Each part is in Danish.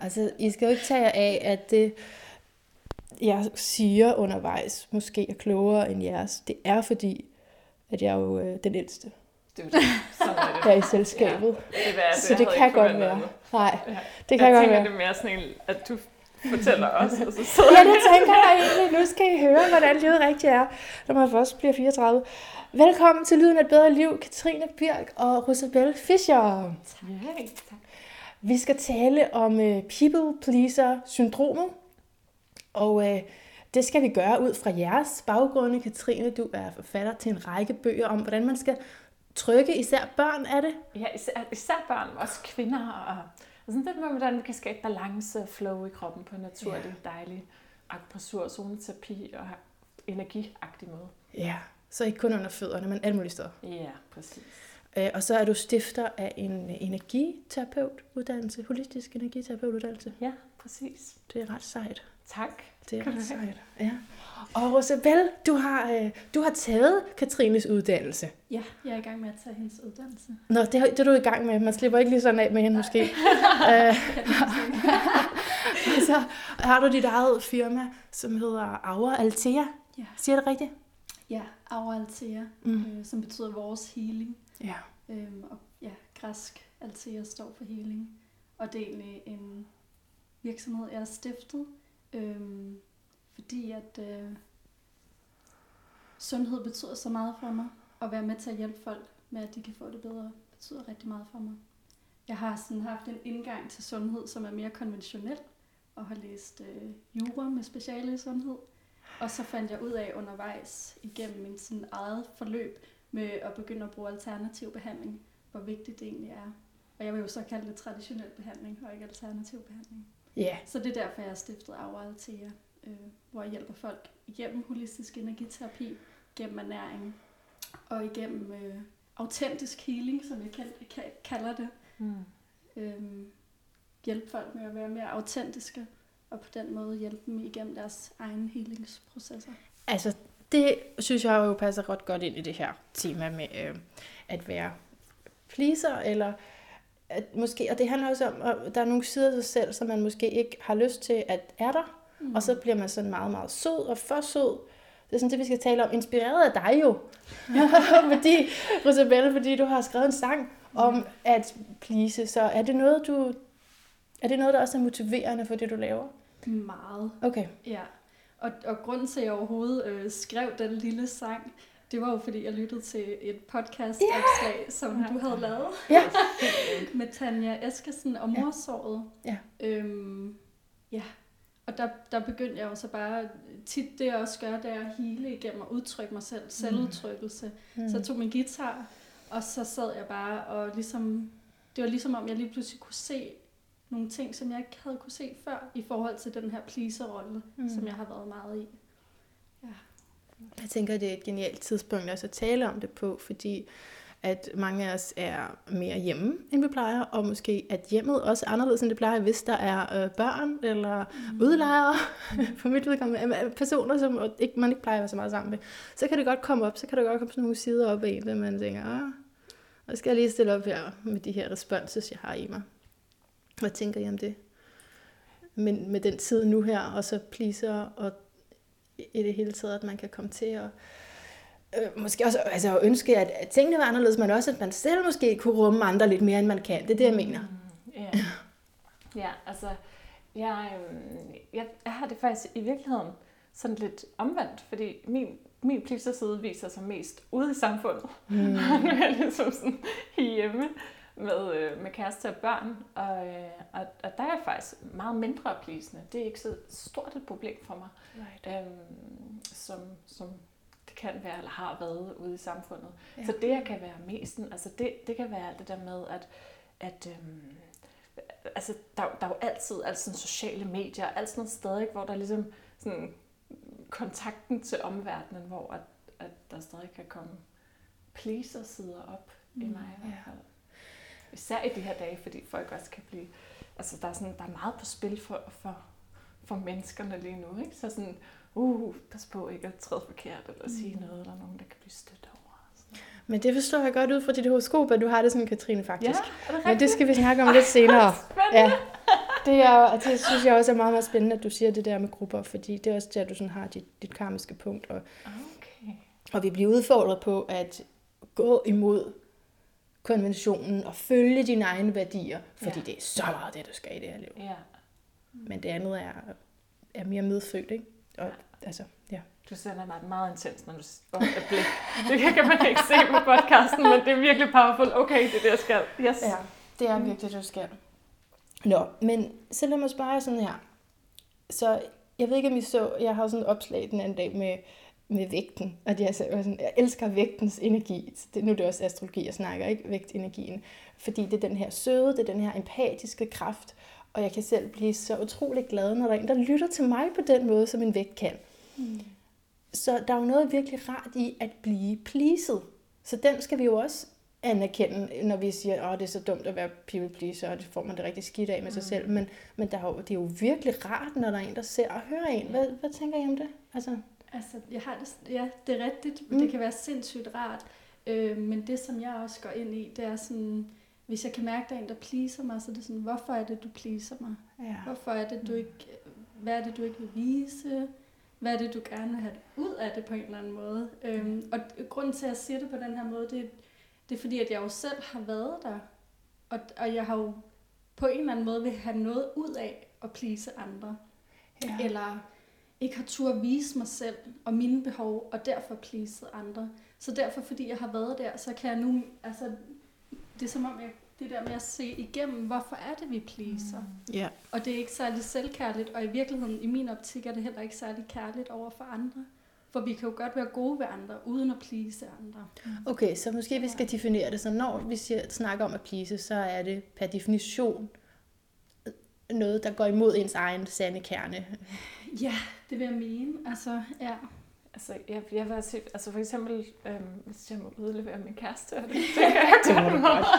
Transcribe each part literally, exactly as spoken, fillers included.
Altså, I skal jo ikke tage jer af, at det, jeg siger undervejs, måske er klogere end jeres. Det er fordi, at jeg er jo øh, den ældste. Det er jo det. Sådan er det. Her i selskabet. Ja, det er, det så det kan godt være. Noget. Nej, ja. det kan jeg godt tænker, være. det er mere sådan en, at du fortæller os, og så sidder ja, det tænker jeg egentlig. Nu skal I høre, hvordan livet rigtig er, når man først bliver fireogtredive. Velkommen til Lyden af et bedre liv, Katrine Birk og Rosabelle Fischer. Tak. tak. Vi skal tale om uh, people pleaser syndromet, og uh, det skal vi gøre ud fra jeres baggrunde. Katrine, du er forfatter til en række bøger om, hvordan man skal trykke især børn, er det? Ja, især, især børn, også kvinder, og, og sådan lidt med, hvordan vi kan skabe balance og flow i kroppen på en naturlig, ja. dejlig akupressur, zoneterapi og energiagtig måde. Ja, så ikke kun under fødderne, men alle mulige steder. Ja, præcis. Øh, og så er du stifter af en energiterapeutuddannelse, holistisk energiterapeutuddannelse. Ja, præcis. Det er ret sejt. Tak. Det er ret sejt, ja. Og Rosabelle, du har, øh, du har taget Katrines uddannelse. Ja, jeg er i gang med at tage hendes uddannelse. Nå, det, det er du i gang med. Man slipper ikke lige sådan af med hende måske. Og så har du dit eget firma, som hedder Aura Altea. Ja. Siger jeg det rigtigt? Ja, Aura Altea, mm. øh, som betyder vores healing. Ja. Øhm, og ja, græsk Altea står for healing. Og det er egentlig en virksomhed, jeg har stiftet, øhm, fordi at øh, sundhed betyder så meget for mig. At være med til at hjælpe folk med, at de kan få det bedre, betyder rigtig meget for mig. Jeg har sådan haft en indgang til sundhed, som er mere konventionel, og har læst øh, jura med speciale i sundhed. Og så fandt jeg ud af undervejs igennem min sådan eget forløb med at begynde at bruge alternativ behandling, hvor vigtigt det egentlig er. Og jeg vil jo så kalde det traditionel behandling, og ikke alternativ behandling. Ja. Yeah. Så det er derfor, jeg har stiftet Aura Altea, øh, hvor jeg hjælper folk igennem holistisk energiterapi, gennem ernæring og igennem øh, autentisk healing, som jeg kald, kalder det. Mm. Øhm, hjælpe folk med at være mere autentiske, og på den måde hjælpe dem igennem deres egen healingsprocesser. Altså, det synes jeg jo passer ret godt ind i det her tema med øh, at være pleaser, eller at måske, og det handler også om, at der er nogle sider af sig selv, som man måske ikke har lyst til at er der, mm. og så bliver man sådan meget, meget sød og for sød. Det er sådan det, vi skal tale om. Inspireret af dig jo, fordi, Rosabelle, fordi du har skrevet en sang om at please, så er det noget, du, er det noget, der også er motiverende for det, du laver? Meget. Okay. Ja, og, og grunden til, at jeg overhovedet øh, skrev den lille sang, det var jo, fordi jeg lyttede til et podcast-opslag, yeah! som du havde lavet, yeah! med Tanja Eskesen og morsåret. Yeah. Øhm, ja, og der, der begyndte jeg jo så bare, tit det jeg også gør, det er at hele igennem og udtrykke mig selv, selvudtrykkelse. Mm. Så jeg tog min guitar, og så sad jeg bare, og ligesom, det var ligesom om jeg lige pludselig kunne se nogle ting, som jeg ikke havde kunne se før, i forhold til den her pleaser-rolle, mm. som jeg har været meget i. Ja. Jeg tænker, det er et genialt tidspunkt også at tale om det på, fordi at mange af os er mere hjemme, end vi plejer, og måske at hjemmet også er anderledes, end det plejer, hvis der er øh, børn eller mm. udlejere, for mit vedkommende, personer, som ikke, man ikke plejer at være så meget sammen med. Så kan det godt komme op, så kan der godt komme sådan nogle sider op af en, der man tænker, ah, og skal jeg lige stille op her med de her responses, jeg har i mig. Hvad tænker I om det? Men med den tid nu her, og så pleaser, og i det hele taget, at man kan komme til at øh, måske også altså, ønske, at, at tingene var anderledes, men også, at man selv måske kunne rumme andre lidt mere, end man kan. Det er det, jeg mener. Mm, yeah. Ja, altså, jeg, jeg, jeg har det faktisk i virkeligheden sådan lidt omvendt, fordi min, min pleaser-side viser sig mest ude i samfundet. Mm. Og nu er jeg ligesom sådan hjemme med, øh, med kæreste og børn, og, øh, og, og der er jeg faktisk meget mindre pleasende. Det er ikke så stort et problem for mig, right. øhm, som, som det kan være, eller har været ude i samfundet. Ja. Så det, jeg kan være mest, altså det, det kan være det der med, at, at øhm, altså, der, der er jo altid altså sådan sociale medier, alt sådan noget sted, ikke, hvor der er ligesom sådan kontakten til omverdenen, hvor at, at der stadig kan komme pleaser-sider op mm, i mig i hvert fald. Ja. Især i de her dage, fordi folk også kan blive, altså der er, sådan, der er meget på spil for, for, for menneskerne lige nu, ikke? Så sådan, uh, pas på ikke at træde forkert, eller sige mm. noget, eller nogen, der kan blive stødt over. Sådan. Men det forstår jeg godt ud fra dit horoskop, at du har det sådan, Katrine, faktisk. Ja, er det rigtigt? Men det skal vi snakke om lidt senere. Ja, det, er, det synes jeg også er meget, meget spændende, at du siger det der med grupper, fordi det er også der, du sådan har dit, dit karmiske punkt. Og, Okay. og vi bliver udfordret på at gå imod konventionen og følge dine egne værdier, fordi Ja. det er så meget det, du skal i det her liv. Ja. Men det andet er, er mere medfødt, ikke? Og, Ja. altså, ja. Du sender mig et meget intens, når du åh, et blik. Det kan man ikke se på podcasten, men det er virkelig powerful. Okay, det er det, jeg skal. Yes. Ja, det er virkelig, du skal. Nå, men så lad mig spørge sådan her. Så jeg ved ikke, om I så, jeg har sådan et opslag den anden dag med, med vægten. Og jeg, sådan, jeg elsker vægtens energi. Det, nu er det også astrologi, jeg snakker, ikke? Vægtenergien. Fordi det er den her søde, det er den her empatiske kraft. Og jeg kan selv blive så utrolig glad, når der er en, der lytter til mig på den måde, som en vægt kan. Mm. Så der er jo noget virkelig rart i at blive pleaset. Så den skal vi jo også anerkende, når vi siger, at det er så dumt at være people pleaser, og det får man det rigtig skidt af med sig selv. Men, men der er jo, det er jo virkelig rart, når der er en, der ser og hører en. Hvad, hvad tænker I om det? Altså, Altså, jeg har det, ja, det er rigtigt. Mm. Det kan være sindssygt rart. Øh, men det, som jeg også går ind i, det er sådan, hvis jeg kan mærke, at der er en, der pleaser mig, så er det sådan, hvorfor er det, du pleaser mig? ja. Hvorfor er det, du ikke, hvad er det, du ikke vil vise? Hvad er det, du gerne vil have ud af det på en eller anden måde? Øhm, og grunden til, at jeg siger det på den her måde, det, det er fordi, at jeg jo selv har været der. Og, og jeg har jo på en eller anden måde vil have noget ud af at please andre. Ja. Eller ikke har tur at vise mig selv og mine behov, og derfor please andre. Så derfor, fordi jeg har været der, så kan jeg nu, altså, det er som om, jeg, det der med at se igennem, hvorfor er det, vi pleaser? Ja. Og det er ikke særlig selvkærligt, og i virkeligheden, i min optik, er det heller ikke særlig kærligt over for andre. For vi kan jo godt være gode ved andre, uden at please andre. Okay, så måske vi skal definere det. Så når vi siger, snakker om at please, så er det per definition noget, der går imod ens egen sande kerne. Ja, det vil jeg mene. Altså, ja. Altså, jeg, jeg vil sige, altså for eksempel, øhm, hvis jeg må udlevere min kæreste, og det tænker jeg Det må du godt.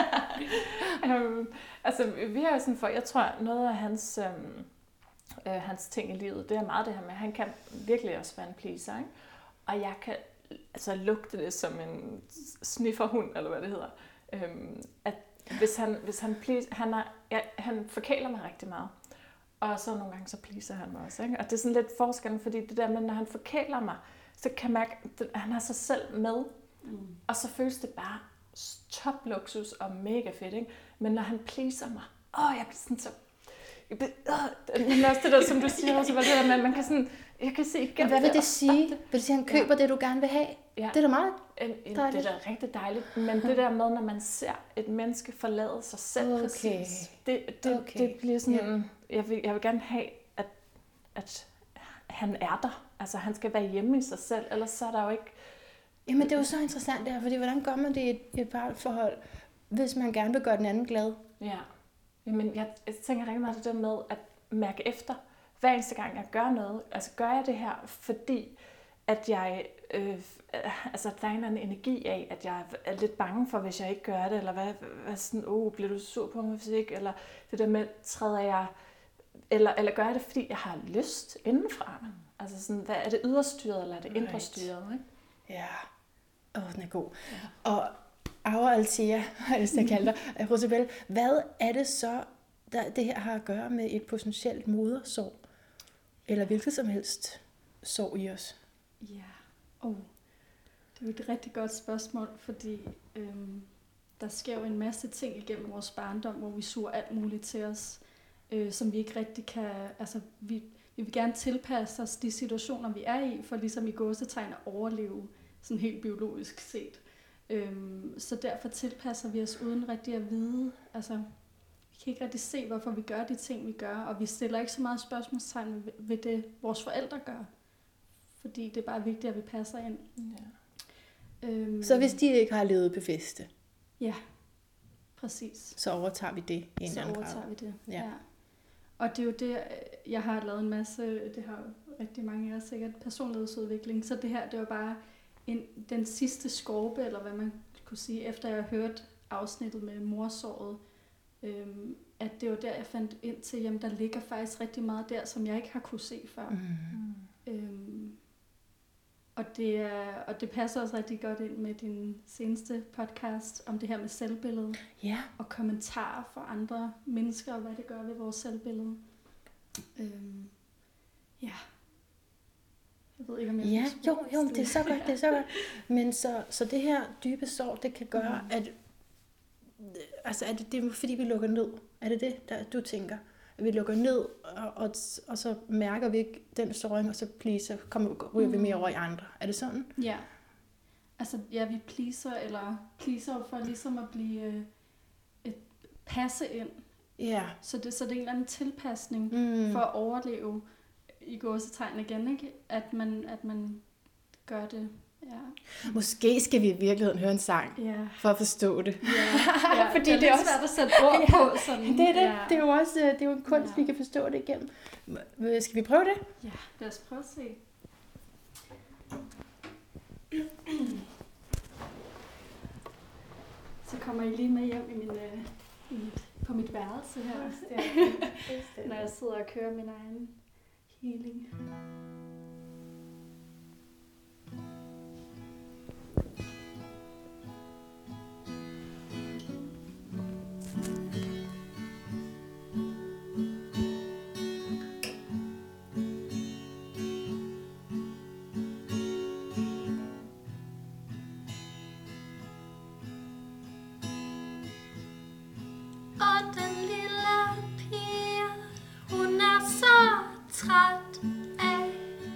øhm, altså, vi har jo sådan for, jeg tror, noget af hans, øhm, øh, hans ting i livet, det er meget det her med, at han kan virkelig også være en pleaser, ikke? Og jeg kan altså lugte det som en snifferhund, eller hvad det hedder. Øhm, at hvis han, hvis han, please, han, er, ja, han forkæler mig rigtig meget. Og så nogle gange, så pleaser han mig også. Ikke? Og det er sådan lidt forskellen, fordi det der med, når han forkæler mig, så kan jeg mærke, at han har sig selv med. Mm. Og så føles det bare top luksus og mega fedt. Ikke? Men når han pleaser mig, åh, jeg bliver sådan så... Jeg bliver, øh, men også det der, som du siger, også, det der med, man kan sådan... Jeg kan se igennem. Hvad vil det det sige? Vil det sige, at han køber ja. det, du gerne vil have? Ja. Det er da meget En, en, dejligt. det er da rigtig dejligt, men det der med, når man ser et menneske forlade sig selv Okay. præcis, det, det, Okay. det bliver sådan, Ja. jeg, vil, jeg vil gerne have, at, at han er der. Altså, han skal være hjemme i sig selv, ellers så er der jo ikke... Jamen, det er jo så interessant det her, fordi hvordan gør man det i et, et parforhold, hvis man gerne vil gøre den anden glad? Ja, men jeg, jeg tænker rigtig meget det der med at mærke efter, hver eneste gang jeg gør noget. Altså, gør jeg det her, fordi at jeg, øh, altså der er en eller anden energi af, at jeg er lidt bange for, hvis jeg ikke gør det, eller hvad, hvad sådan, oh, bliver du sur på mig, hvis ikke, eller det der med, træder jeg, eller, eller gør jeg det, fordi jeg har lyst indenfra. Altså sådan, hvad er det yderstyret, eller er det indre styret, ikke? Ja, åh, oh, den er god. Ja. Og Aura Althea, hvis jeg kalder dig, Rosabelle, hvad er det så, der det her har at gøre med et potentielt modersorg? Eller hvilket som helst sorg i os? Ja, oh, det er jo et rigtig godt spørgsmål, fordi øhm, der sker jo en masse ting igennem vores barndom, hvor vi suger alt muligt til os, øh, som vi ikke rigtig kan, altså vi, vi vil gerne tilpasse os de situationer, vi er i, for ligesom i gåsetegn at overleve, sådan helt biologisk set. Øhm, så derfor tilpasser vi os uden rigtig at vide, altså vi kan ikke rigtig se, hvorfor vi gør de ting, vi gør, og vi stiller ikke så meget spørgsmålstegn ved, ved det, vores forældre gør. Fordi det er bare vigtigt, at vi passer ind. Ja. Øhm, Så hvis de ikke har levet bevidste, Ja, præcis. så overtager vi det i en Så eller anden overtager grad. vi det. Ja. Ja. Og det er jo det, jeg har lavet en masse, det har rigtig mange af jer sikkert, personlighedsudvikling. Så det her, det var bare en, den sidste skorpe, eller hvad man kunne sige, efter jeg hørte afsnittet med morsåret, øhm, at det var der, jeg fandt ind til, jamen der ligger faktisk rigtig meget der, som jeg ikke har kunne se før. Mm. Øhm, Og det, er, og det passer også rigtig godt ind med din seneste podcast om det her med selvbillede. Ja. Og kommentarer fra andre mennesker, og hvad det gør ved vores selvbillede. Øhm, ja. Jeg ved ikke, om jeg Ja, jo, jo, det er så godt, det er så godt. Men så, så det her dybe sorg, det kan gøre, mm. at, altså er det, det er fordi, vi lukker ned? Er det det, der du tænker? At vi lukker ned, og, og, og så mærker vi ikke den såring, og så, please, så kommer, ryger mm. vi mere over i andre. Er det sådan? Ja. Altså, ja, vi pleaser, eller pleaser for ligesom at blive øh, et passe ind. Ja. Så det, så det er en eller anden tilpasning Mm. for at overleve i gåsetegn igen, ikke? At man, at man gør det. Ja. Måske skal vi i virkeligheden høre en sang, Ja. for at forstå det. Ja, ja. Fordi det er, det er lidt også svært at sætte ord Ja, på. Sådan. Det er det. Ja. Det er jo også det er jo en kunst, Ja. vi kan forstå det igennem. Skal vi prøve det? Ja, lad os prøve at se. Så kommer I lige med hjem i min, øh, i mit, på mit værelse her, når jeg sidder og kører min egen healing. Og den lille pige, hun er så træt af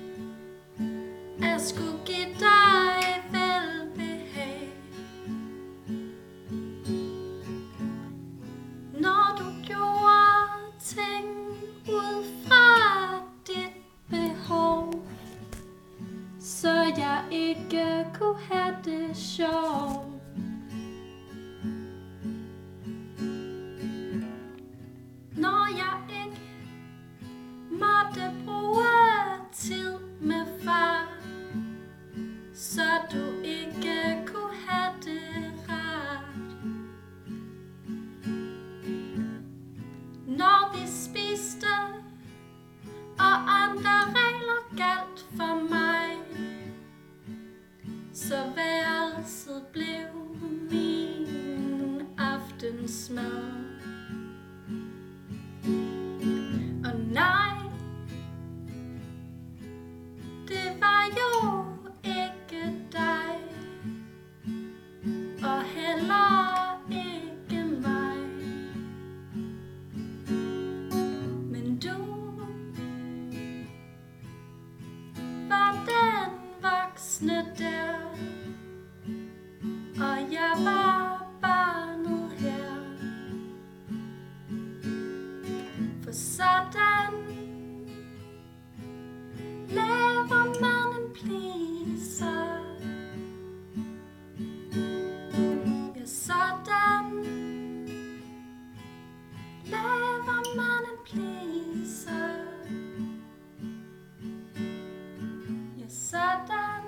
at skulle give dig velbehag. Når du gjorde ting ud fra dit behov, så jeg ikke kunne have det sjovt. Når jeg ikke måtte bruge tid med far, så du ikke kunne have det rart. Når vi spiste, og andre regler galt for mig, så værelset blev min aftensmad. Og nej, det var jo ikke dig, og heller ikke mig. Men du var den voksne der, og jeg var barnet her. For sådan laver man en pleaser. Ja, sådan laver man en pleaser. Ja, sådan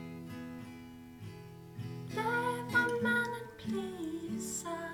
laver man en pleaser.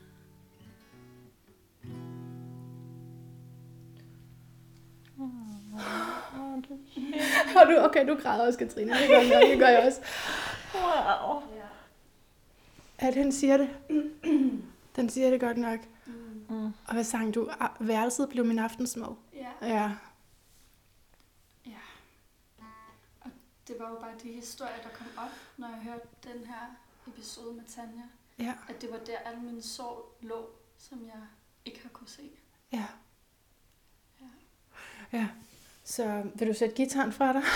Og du, okay, du græder også, Katrine. Det gør jeg, det gør jeg også. Wow. Ja, den siger det. Den siger det godt nok. Mm. Og hvad sang du? Ah, værelset blev min aftensmad. Ja. Ja. Ja. Og det var jo bare de historier, der kom op, når jeg hørte den her episode med Tanja. Ja. At det var der, alle mine sorg lå, som jeg ikke har kunne se. Ja. Ja. Ja. Så vil du sætte gitaren fra dig?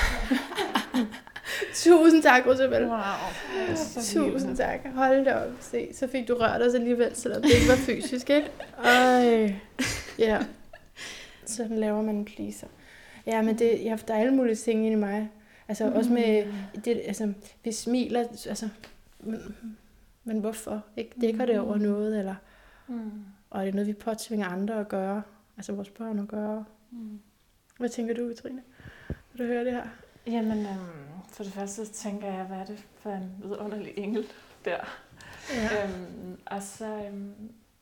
Tusind tak, Rosabelle. Wow. Tusind tak. Hold da op. Se, så fik du rørt os alligevel, selvom det ikke var fysisk, ikke? Ej. Ja. Sådan laver man en pleaser. Ja, men det, ja, der er alle mulige ting inde i mig. Altså mm. også med, det, altså, vi smiler, altså, men, men hvorfor? Ikke? Dækker det over noget, eller, Mm. og er det noget, vi påtvinger andre at gøre? Altså vores børn at gøre? Mm. Hvad tænker du, Katrine? Vil du høre det her? Jamen, øhm, for det første så tænker jeg, hvad er det for en vidunderlig engel der? Ja. Øhm, og så, øhm,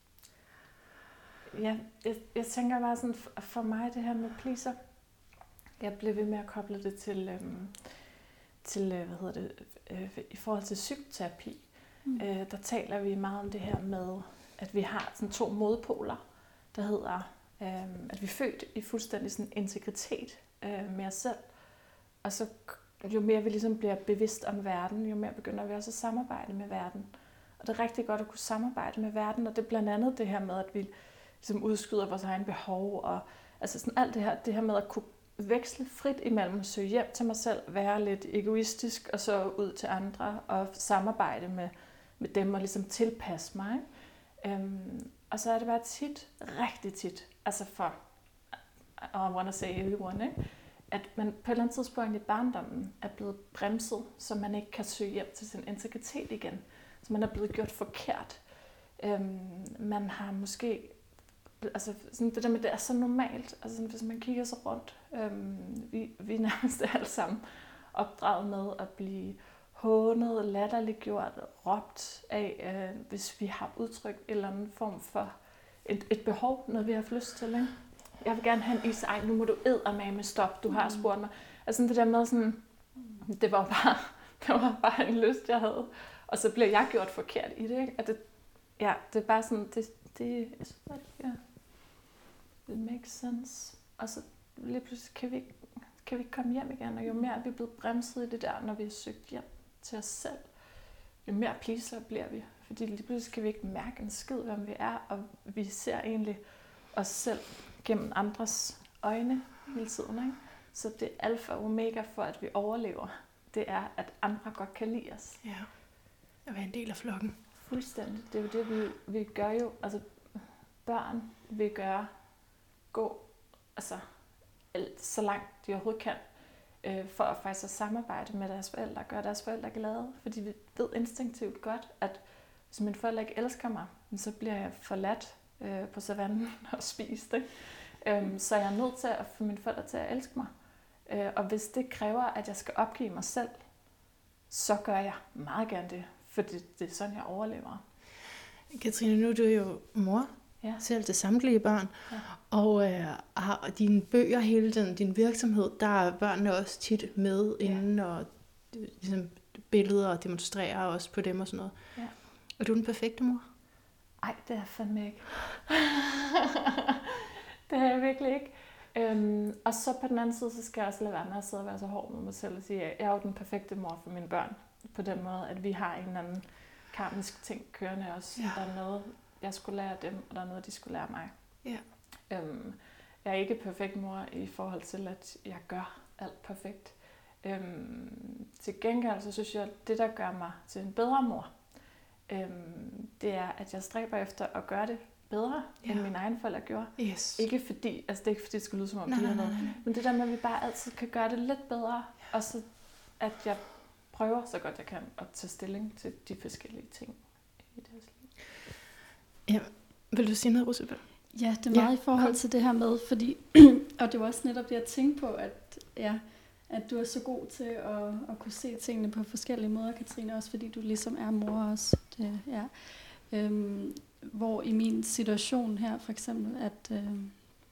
ja, jeg, jeg tænker bare sådan, for, for mig det her med pleaser, jeg blev ved med at koble det til, øhm, til hvad hedder det, øh, i forhold til psykoterapi, mm. øh, der taler vi meget om det her med, at vi har sådan to modpoler, der hedder, øh, at vi er født i fuldstændig sådan integritet øh, med os selv, og så jo mere vi ligesom bliver bevidst om verden, jo mere begynder vi også at samarbejde med verden. Og det er rigtig godt at kunne samarbejde med verden, og det er blandt andet det her med, at vi ligesom udskyder vores egen behov, og altså sådan alt det her, det her med at kunne veksle frit imellem, søge hjem til mig selv, være lidt egoistisk, og så ud til andre, og samarbejde med, med dem, og ligesom tilpasse mig. Øhm, og så er det bare tit, rigtig tit, altså for, I wanna say everyone, ikke? At man på et eller andet tidspunkt i barndommen er blevet bremset, så man ikke kan søge hjem til sin integritet igen. Så man er blevet gjort forkert. Øhm, man har måske, altså sådan det der med, det er så normalt, altså sådan, hvis man kigger sig rundt, øhm, vi, vi er nærmest alle sammen opdraget med at blive hånet, latterliggjort, råbt af, øh, hvis vi har udtrykt en eller anden form for et, et behov, noget vi har haft lyst til, ikke? Jeg vil gerne have en is, ej, nu må du eddermame stop, du har spurgt mig. Altså det der med sådan, det var bare, det var bare en lyst, jeg havde. Og så bliver jeg gjort forkert i det, ikke? Og det, ja, det er bare sådan, det, det, ja, it makes sense. Og så lige pludselig kan vi, kan vi ikke komme hjem igen, og jo mere vi er blevet bremset i det der, når vi har søgt hjem til os selv, jo mere pleaser bliver vi. Fordi lige pludselig kan vi ikke mærke en skid, hvem vi er, og vi ser egentlig os selv gennem andres øjne hele tiden, ikke? Så det er alfa og omega for, at vi overlever. Det er, at andre godt kan lide os. Ja, at være en del af flokken. Fuldstændig. Det er jo det, vi, vi gør jo. Altså, børn vil gøre, gå altså, så langt de overhovedet kan, øh, for at faktisk at samarbejde med deres forældre, gøre deres forældre glade. Fordi vi ved instinktivt godt, at hvis mine forældre ikke elsker mig, så bliver jeg forladt øh, på savannen og spist. Ikke? Øhm, så jeg er nødt til at få mine forældre til at elske mig. Øh, og hvis det kræver, at jeg skal opgive mig selv, så gør jeg meget gerne det. For det, det er sådan, jeg overlever. Katrine, nu er du jo mor, ja. Selv til samtlige børn. Ja. Og øh, har dine bøger, hele den, din virksomhed, der er børnene også tit med ja. Inden, og ligesom, billeder og demonstrerer også på dem og sådan noget. Ja. Er du den perfekte mor? Ej, det er jeg fandme ikke. Det er jeg virkelig ikke. Øhm, og så på den anden side, så skal jeg også lade være med at sidde og være så hård med mig selv og sige, at jeg er jo den perfekte mor for mine børn. På den måde, at vi har en eller anden karmisk ting kørende også. Ja. Der er noget, jeg skulle lære dem, og der er noget, de skulle lære mig. Ja. Øhm, jeg er ikke perfekt mor i forhold til, at jeg gør alt perfekt. Øhm, til gengæld, så synes jeg, at det, der gør mig til en bedre mor, øhm, det er, at jeg stræber efter at gøre det bedre, ja. End mine egne forældre gjorde. Yes. Ikke fordi, altså det er ikke fordi, det skal lyde som om, nej, de har noget. Men det der med, at vi bare altid kan gøre det lidt bedre, ja. Og så at jeg prøver så godt jeg kan at tage stilling til de forskellige ting i deres liv. Ja, vil du sige noget, Rosabelle? Ja, det er meget ja. I forhold til det her med, fordi, og det var også netop det, jeg tænkte på, at, ja, at du er så god til at, at kunne se tingene på forskellige måder, Katrine, også fordi du ligesom er mor også. Det, ja. øhm, hvor i min situation her, for eksempel, at øhm,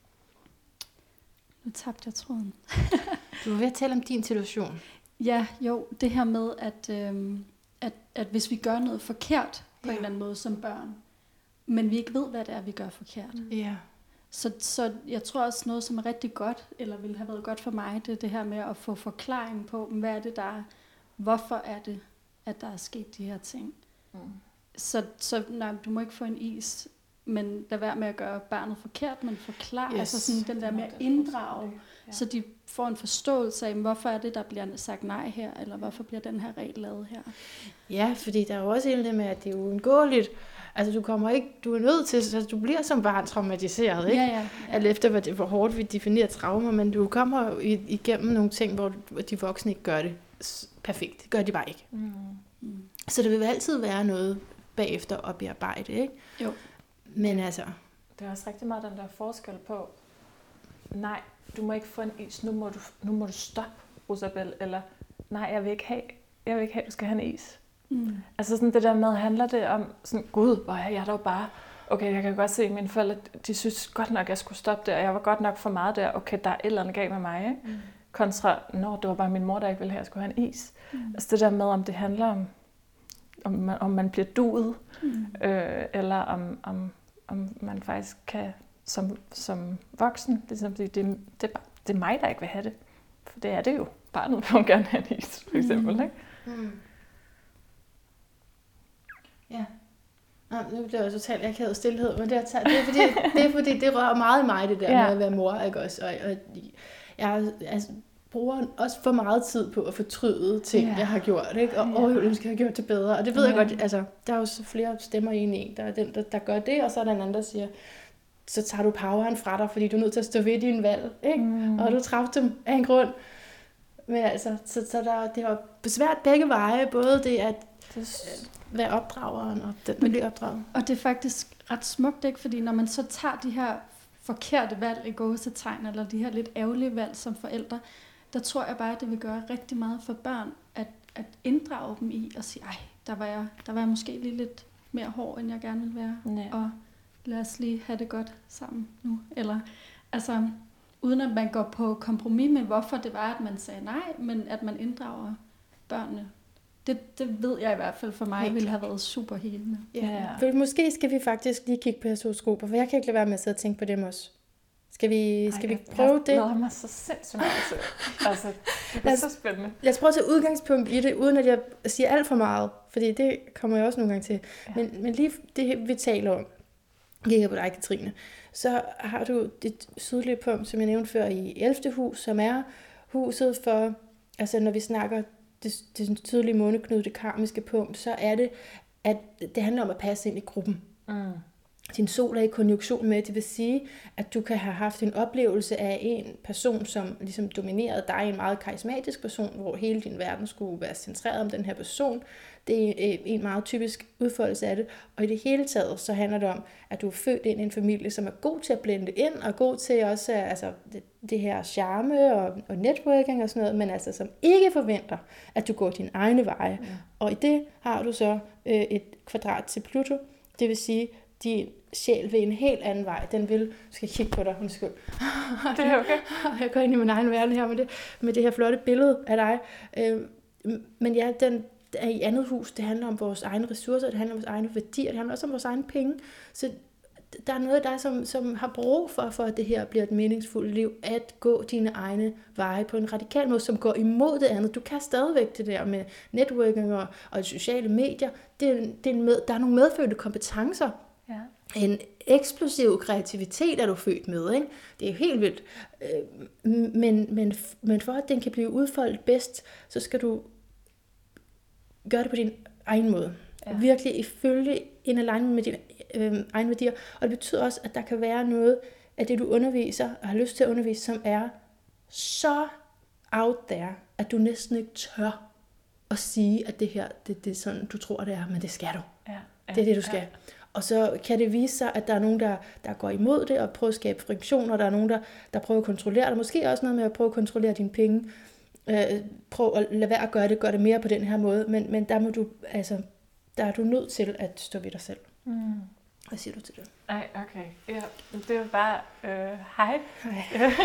nu tabte jeg tråden. Du var ved at tale om din situation. Ja, jo, det her med, at, øhm, at, at hvis vi gør noget forkert på ja. En eller anden måde som børn, men vi ikke ved, hvad det er, vi gør forkert. Ja. Så, så jeg tror også noget, som er rigtig godt, eller ville have været godt for mig, det er det her med at få forklaring på, hvad er det, der er, hvorfor er det, at der er sket de her ting. Mm. Så, så nej, du må ikke få en is, men lad være med at gøre barnet forkert, men forklare, yes. altså sådan den der med at inddrage, ja. Så de får en forståelse af, hvorfor er det, der bliver sagt nej her, eller hvorfor bliver den her regel lavet her. Ja, fordi der er jo også hele det med, at det er uundgåeligt. Altså du kommer ikke, du er nødt til, så du bliver som barn traumatiseret, ikke? Ja, ja, ja. Alt efter, hvor hårdt vi definerer traumer, men du kommer igennem nogle ting, hvor de voksne ikke gør det perfekt. Det gør de bare ikke. Mm. Mm. Så det vil altid være noget bagefter at bearbejde, ikke? Jo. Men altså... Det er også rigtig meget den der forskel på, nej, du må ikke få en is, nu må du, nu må du stoppe, Rosabelle, eller nej, jeg vil ikke have, jeg vil ikke have, du skal have en is. Mm. Altså sådan det der med, handler det om sådan, gud, hvor er jeg dog bare, okay, jeg kan godt se, at mine forældre, de synes godt nok, at jeg skulle stoppe der, og jeg var godt nok for meget der, okay, der er et eller andet galt med mig, ikke? Mm. kontra, når det var bare min mor, der ikke ville have, at jeg skulle have en is. Mm. Altså det der med, om det handler om, om man, om man bliver duet, mm. øh, eller om, om, om man faktisk kan, som, som voksen, ligesom det, det, det, det er mig, der ikke vil have det. For det er det jo. Barnet vil gerne have en is, for eksempel. Mm. Ikke? Mm. Ja. Nå, nu bliver jeg totalt akavet af stillhed, men det er, det, er fordi, det er fordi, det rører meget i mig, det der ja. med at være mor, ikke også? Og, og jeg altså, bruger også for meget tid på at fortryde ting, ja. jeg har gjort, ikke? Og åh, jeg skal have gjort det bedre. Og det ved ja. jeg godt, altså, der er jo så flere stemmer i en. Der er den, der, der gør det, og så er der en anden, der siger, så tager du poweren fra dig, fordi du er nødt til at stå ved din valg, ikke? Mm. Og du træffede dem af en grund. Men altså, så, så der, det var besvært begge veje, både det at være opdrageren og den, der bliver opdraget. Og det er faktisk ret smukt, ikke? Fordi når man så tager de her forkerte valg i gåsetegn, eller de her lidt ærgerlige valg som forældre, der tror jeg bare, at det vil gøre rigtig meget for børn, at, at inddrage dem i og sige, ej, der var jeg, der var jeg måske lige lidt mere hård, end jeg gerne ville være. Ja. Og lad os lige have det godt sammen nu. Eller, altså, uden at man går på kompromis med, hvorfor det var, at man sagde nej, men at man inddrager børnene. Det, det ved jeg i hvert fald for mig, Helt ville have været super helende. Ja. Ja. For måske skal vi faktisk lige kigge på horoskoper, for jeg kan ikke lade være med at sidde og tænke på dem også. Skal vi, skal Ej, vi prøve jeg det? Jeg glæder mig så sindssygt meget til. Altså, det er så spændende. Lad os prøve at tage udgangspunkt i det, uden at jeg siger alt for meget, fordi det kommer jeg også nogle gange til. Ja. Men, men lige det, vi taler om, kigger på dig, Katrine, så har du dit sydlige punkt, som jeg nævnte før, i ellevte hus, som er huset for, altså når vi snakker det, det tydelige måneknude, det karmiske punkt, så er det, at det handler om at passe ind i gruppen. Mm. Din sol er i konjunktion med, det vil sige, at du kan have haft en oplevelse af en person, som ligesom dominerede dig, en meget karismatisk person, hvor hele din verden skulle være centreret om den her person. Det er en meget typisk udfoldelse af det, og i det hele taget, så handler det om, at du er født ind i en familie, som er god til at blende ind, og god til også altså, det, det her charme og, og networking og sådan noget, men altså som ikke forventer, at du går dine egne veje. Ja. Og i det har du så øh, et kvadrat til Pluto, det vil sige, din sjæl vil en helt anden vej. Den vil, skal kigge på dig, undskyld. Det er okay. Jeg går ind i min egen verden her med det, med det her flotte billede af dig. Øh, men ja, den er i andet hus. Det handler om vores egne ressourcer, det handler om vores egne værdier, det handler også om vores egne penge. Så der er noget af dig, som, som har brug for, for at det her bliver et meningsfuldt liv, at gå dine egne veje på en radikal måde, som går imod det andet. Du kan stadigvæk det der med networking og, og sociale medier. Det, det er med, der er nogle medfødte kompetencer. Ja. En eksplosiv kreativitet er du født med, ikke? Det er jo helt vildt. Men, men, men for at den kan blive udfoldet bedst, så skal du gøre det på din egen måde. Ja. Virkelig ifølge en alignment med dine øh, egne værdier. Og det betyder også, at der kan være noget af det, du underviser og har lyst til at undervise, som er så out there, at du næsten ikke tør at sige, at det her, det, det er sådan, du tror, det er, men det skal du. Ja. Ja. Det er det, du skal. Ja. Og så kan det vise sig, at der er nogen, der, der går imod det og prøver at skabe friktion, og der er nogen, der, der prøver at kontrollere det. Måske også noget med at prøve at kontrollere dine penge. Øh, prøv at lade være at gøre det, gør det mere på den her måde. Men, men der må du, altså, der er du nødt til at stå ved dig selv. Mm. Hvad siger du til det? Ej, okay. Ja, det er bare, øh, hej. Hej.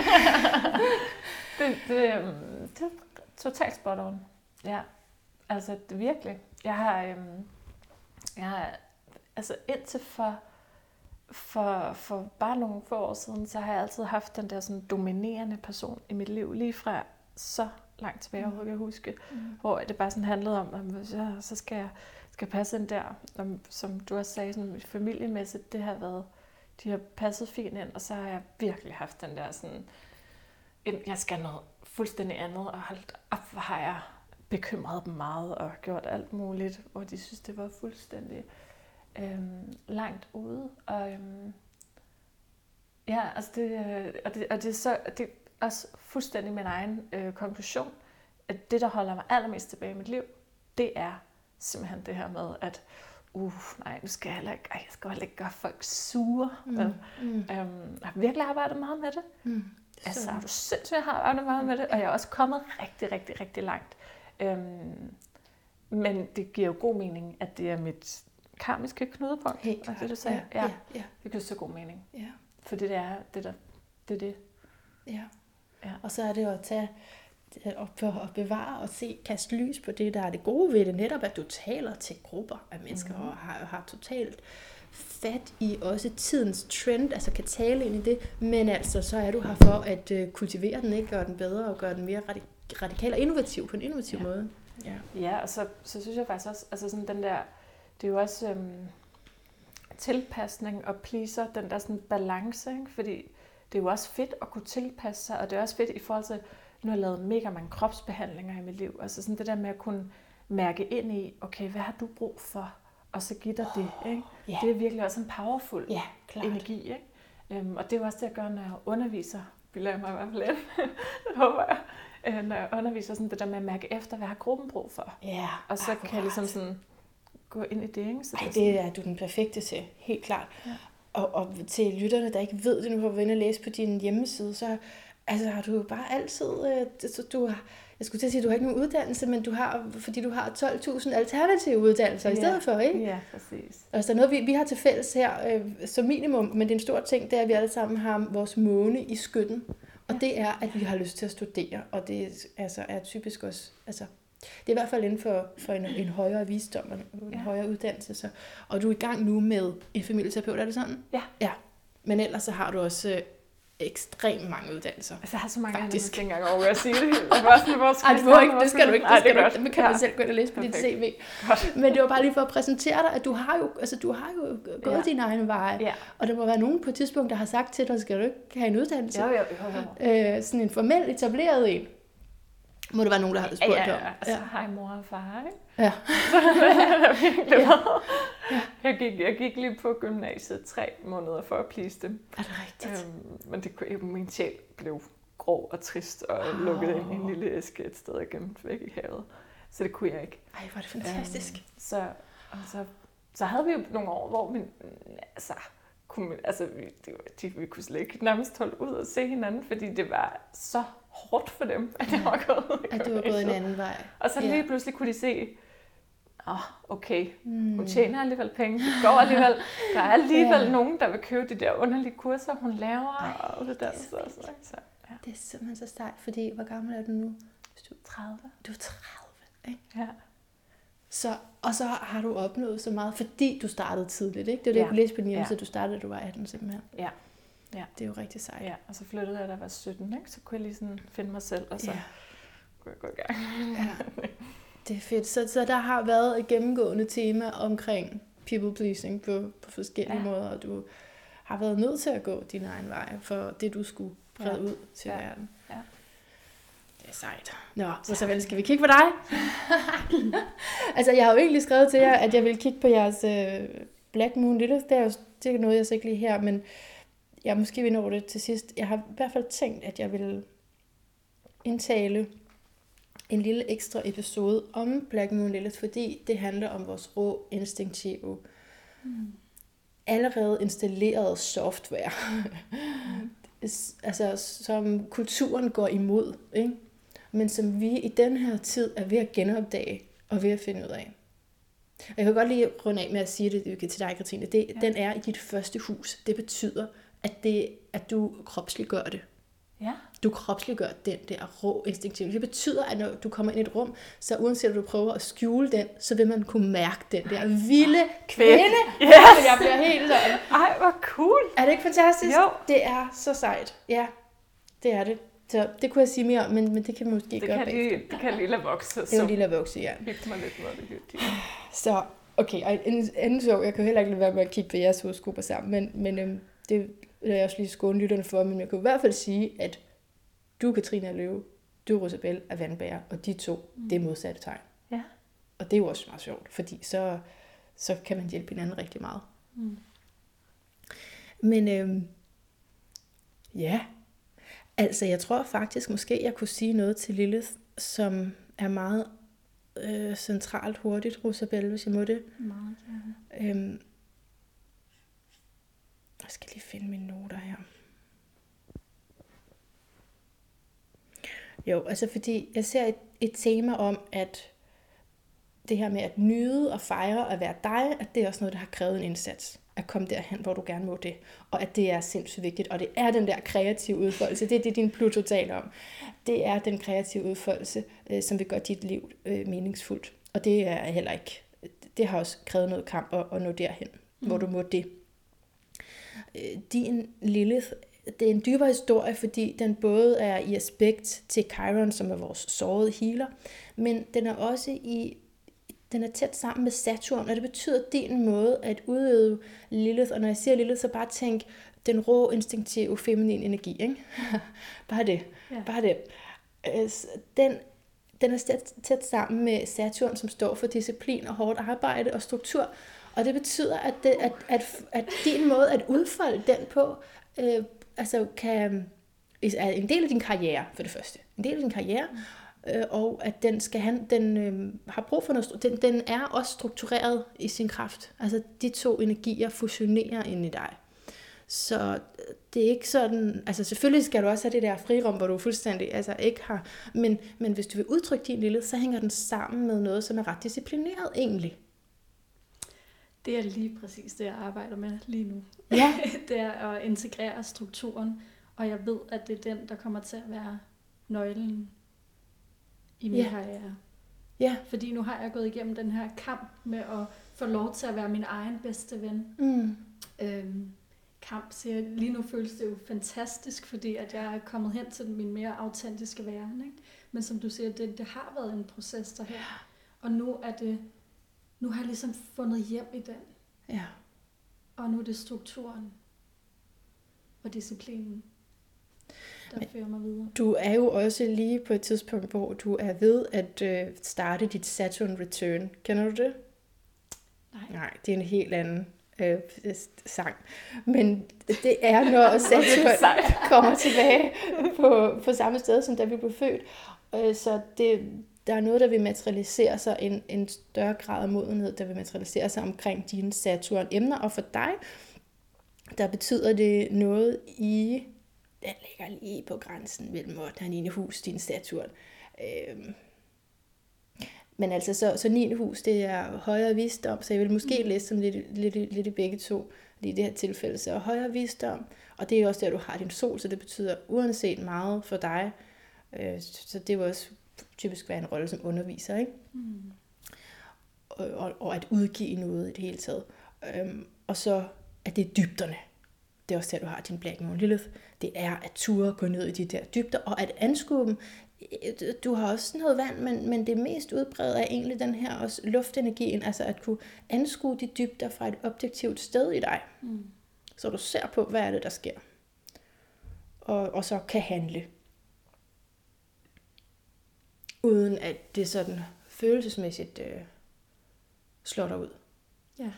det, det, det er totalt spot on. Ja, altså det, virkelig. Jeg har, øh, jeg har altså indtil for, for, for bare nogle få år siden, så har jeg altid haft den der sådan dominerende person i mit liv, lige fra så langt tilbage, mm. jeg kan huske, mm. hvor det bare sådan handlede om, at så, så skal jeg skal passe ind der, som, som du også sagde, sådan familiemæssigt, det har været, de har passet fint ind, og så har jeg virkelig haft den der sådan, jeg skal noget fuldstændig andet, og holdt op, hvor har jeg bekymret dem meget, og gjort alt muligt, hvor de synes, det var fuldstændig øhm, langt ude, og øhm, ja, altså det, og det, og det er så, det er også fuldstændig min egen øh, konklusion, at det, der holder mig allermest tilbage i mit liv, det er simpelthen det her med, at uh, nej, nu skal jeg heller ikke, ej, jeg skal heller ikke gøre folk sure. Mm. Mm. Øhm, jeg har virkelig arbejdet meget med det. Mm. Altså, har du sindssygt, jeg har arbejdet meget med det, og jeg er også kommet rigtig, rigtig, rigtig langt. Øhm, men det giver jo god mening, at det er mit karmiske knudepunkt. Helt klart. Og det, du sagde, ja, ja, ja. Det giver så god mening. Ja. For det er det, der, det er det. Ja. Ja. Og så er det jo at tage at bevare og se, kaste lys på det, der er det gode ved det, netop at du taler til grupper af mennesker, mm. og har, har totalt fat i også tidens trend, altså kan tale ind i det, men altså så er du her for at uh, kultivere den, ikke, gøre den bedre og gøre den mere radik- radikal og innovativ på en innovativ ja. måde. Ja, ja og så, så synes jeg faktisk også, altså sådan den der, det er jo også øhm, tilpasning og pleaser, den der sådan balance, ikke? Fordi det er jo også fedt at kunne tilpasse sig, og det er også fedt i forhold til, nu har jeg lavet mega mange kropsbehandlinger i mit liv, altså sådan det der med at kunne mærke ind i, okay, hvad har du brug for, og så give dig det, ikke? Yeah. Det er virkelig også en powerful yeah, energi, ikke? Um, og det er jo også det, jeg gør, når jeg underviser, vil jeg mig i hvert fald lidt, det håber jeg, uh, når jeg underviser sådan det der med at mærke efter, hvad har gruppen brug for, yeah, og så akkurat. Kan jeg ligesom sådan gå ind i det, ikke? Så Ej, det, det er du den perfekte til, helt klart. Ja. Og, og til lytterne, der ikke ved det, nu har du været inde og læse på din hjemmeside, så altså, har du jo bare altid, øh, du har, jeg skulle til at sige, at du har ikke nogen uddannelse, men du har, fordi du har tolv tusind alternative uddannelser ja. i stedet for, ikke? Ja, præcis. Og så noget, vi, vi har til fælles her, øh, som minimum, men det er en stor ting, det er, at vi alle sammen har vores måne i skytten. Og ja. det er, at vi har lyst til at studere, og det altså, er typisk også, altså, det er i hvert fald inden for, for en, en højere visdom og en ja. højere uddannelse. Så. Og du er i gang nu med en familieterapeut, er det sådan? Ja. Ja. Men ellers så har du også øh, ekstremt mange uddannelser. Altså, jeg har så mange, faktisk. Jeg ikke engang over at sige det. Jeg var sådan, vores Ej, det, må ikke, det skal du ikke. Det, skal Ej, det, du, det kan man ja. selv gå ind og læse på dit C V. Godt. Men det var bare lige for at præsentere dig, at du har jo, altså, du har jo gået ja. dine egne veje. Ja. Og der må være nogen på et tidspunkt, der har sagt til dig, skal du ikke have en uddannelse? Jo, jo, jo. jo. Øh, sådan en formelt etableret en. Må det være nogen, der har spurgt ja, ja, ja. om. Og så har jeg mor og far, ikke? Ja. ja. ja. Jeg, gik, jeg gik lige på gymnasiet tre måneder for at please dem. Er det rigtigt? Øhm, men det, min sjæl blev grå og trist og oh. lukket ind i en lille æske et sted og gemt væk i havet. Så det kunne jeg ikke. Ej, hvor er det fantastisk. Øhm, så, og så, så havde vi jo nogle år, hvor min, altså, kunne, altså, vi, det, de, vi kunne slet ikke nærmest holde ud og se hinanden, fordi det var så hårdt for dem, at jeg var gået. At du var gået en anden vej. Og så lige ja. pludselig kunne de se, åh, oh, okay, mm. hun tjener alligevel penge, hun går alligevel. Der er alligevel ja. nogen, der vil købe de der underlige kurser, hun laver. Ej, og det der, det, så, så, så, ja. det er simpelthen så stejt, fordi hvor gammel er du nu? Hvis du er tredive. Du er tredive, ikke? Ja. Så, og så har du opnået så meget, fordi du startede tidligt, ikke? Det er det, ja. jeg kunne læse på din hjemmeside, ja. du startede, da du var atten simpelthen. Ja. Ja. Det er jo rigtig sejt. Ja, og så flyttede jeg, da jeg var sytten, ikke? Så kunne jeg lige sådan finde mig selv, og så ja. kunne jeg gå i gang. Ja. Det er fedt. Så, så der har været et gennemgående tema omkring people pleasing på, på forskellige ja. måder, og du har været nødt til at gå din egen vej for det, du skulle brede ja. ud til ja. verden. Ja. Det er sejt. Nå, så, så vel skal vi kigge på dig? Altså, jeg har jo egentlig skrevet til jer, at jeg vil kigge på jeres øh, Black Moon Lilith. Det er jo det er noget, jeg så ikke lige her, men jeg måske vil nå det til sidst. Jeg har i hvert fald tænkt, at jeg vil indtale en lille ekstra episode om Black Moon Lilith, fordi det handler om vores rå, instinktive, mm. allerede installerede software. Mm. Altså, som kulturen går imod, ikke? Men som vi i den her tid er ved at genopdage og ved at finde ud af. Og jeg kan godt lige runde af med at sige det til dig, Katrine. Det, ja. Den er i dit første hus. Det betyder, at, det, at du kropsliggør det. Ja. Du kropsliggør den der rå instinktiv. Det betyder, at når du kommer ind i et rum, så uanset at du prøver at skjule den, så vil man kunne mærke den der vilde kvinde. Yes. Jeg bliver helt sådan. Ej, hvor cool. Er det ikke fantastisk? Jo. Det er så sejt. Ja, det er det. Så det kunne jeg sige mere om, men, men det kan man måske det gøre kan bagefter. lige, det kan lige lade vokse. Det kan lige lade vokse, ja. Hygge mig lidt med det. Så, okay, og en anden så, jeg kan heller ikke lade være med at kigge på jeres horoskoper sammen, men, men øhm, det vil jeg også lige skåne lytterne for, men jeg kan i hvert fald sige, at du, Katrine, er løve, du, Rosabelle, er vandbærer, og de to, mm. det er modsatte tegn. Ja. Og det er jo også meget sjovt, fordi så, så kan man hjælpe hinanden rigtig meget. Mm. Men øhm, ja, altså jeg tror faktisk, måske jeg kunne sige noget til Lilith, som er meget øh, centralt hurtigt, Rosabelle, hvis jeg må det. Meget gerne. Øhm, jeg skal lige finde mine noter her. Jo, altså fordi jeg ser et, et tema om, at det her med at nyde og fejre at være dig, at det er også noget, der har krævet en indsats af at komme derhen, hvor du gerne må det. Og at det er sindssygt vigtigt. Og det er den der kreative udfoldelse. Det er det, din Pluto taler om. Det er den kreative udfoldelse, øh, som vil gøre dit liv øh, meningsfuldt. Og det er heller ikke... Det har også krævet noget kamp at, at nå derhen, mm. hvor du må det. Øh, din Lilith, det er en dybere historie, fordi den både er i aspekt til Chiron, som er vores sårede healer, men den er også i den er tæt sammen med Saturn, og det betyder din måde at udøve Lilith, og når jeg siger Lilith, så bare tænk den rå, instinktive, feminine energi, ikke? bare det, ja. bare det. Den, den er tæt, tæt sammen med Saturn, som står for disciplin og hårdt arbejde og struktur, og det betyder, at, det, at, at, at din måde at udfolde den på, øh, altså kan, er en del af din karriere, for det første. En del af din karriere, øh, og at den skal have, den øh, har brug for noget, den, den er også struktureret i sin kraft. Altså de to energier fusionerer ind i dig. Så det er ikke sådan, altså selvfølgelig skal du også have det der frirum, hvor du fuldstændig altså ikke har, men, men hvis du vil udtrykke din lille, så hænger den sammen med noget, som er ret disciplineret egentlig. Det er lige præcis det, jeg arbejder med lige nu. Ja. Det er at integrere strukturen, og jeg ved, at det er den, der kommer til at være nøglen i min ja. karriere. Ja. Fordi nu har jeg gået igennem den her kamp med at få lov til at være min egen bedste ven. Mm. Øhm, kamp, siger jeg. Lige nu føles det jo fantastisk, fordi at jeg er kommet hen til min mere autentiske væren. Ikke? Men som du siger, det, det har været en proces der her. Og nu er det, nu har jeg ligesom fundet hjem i den. Ja. Og nu er det strukturen og disciplinen, der Men, fører mig videre. Du er jo også lige på et tidspunkt, hvor du er ved at øh, starte dit Saturn Return. Kender du det? Nej. Nej, det er en helt anden øh, sang. Men det er, når Saturn kommer tilbage på, på samme sted, som da vi blev født. Øh, så det, der er noget, der vil materialisere sig, en, en større grad af modenhed, der vil materialisere sig omkring dine Saturn-emner. Og for dig, der betyder det noget i... Den ligger lige på grænsen mellem ottende og niende hus, din Saturn. Øhm. Men altså, så, så niende hus, det er højere visdom, så jeg vil måske læse som lidt, lidt, lidt i begge to, lige i det her tilfælde. Så højere visdom, og det er også der, du har din sol, så det betyder uanset meget for dig. Øh, så det vil også typisk være en rolle som underviser, ikke? Mm. Og, og, og at udgive noget i det hele taget. Øhm, og så at det er dybderne. Det er også der, du har din Black Moon Lilith. Det er at ture gå ned i de der dybder, og at anskue dem. Du har også noget vand, men, men det mest udbredte er egentlig den her også luftenergien, altså at kunne anskue de dybder fra et objektivt sted i dig. Mm. Så du ser på, hvad er det, der sker. Og, og så kan handle. Uden at det sådan følelsesmæssigt øh, slår dig ud. Ja.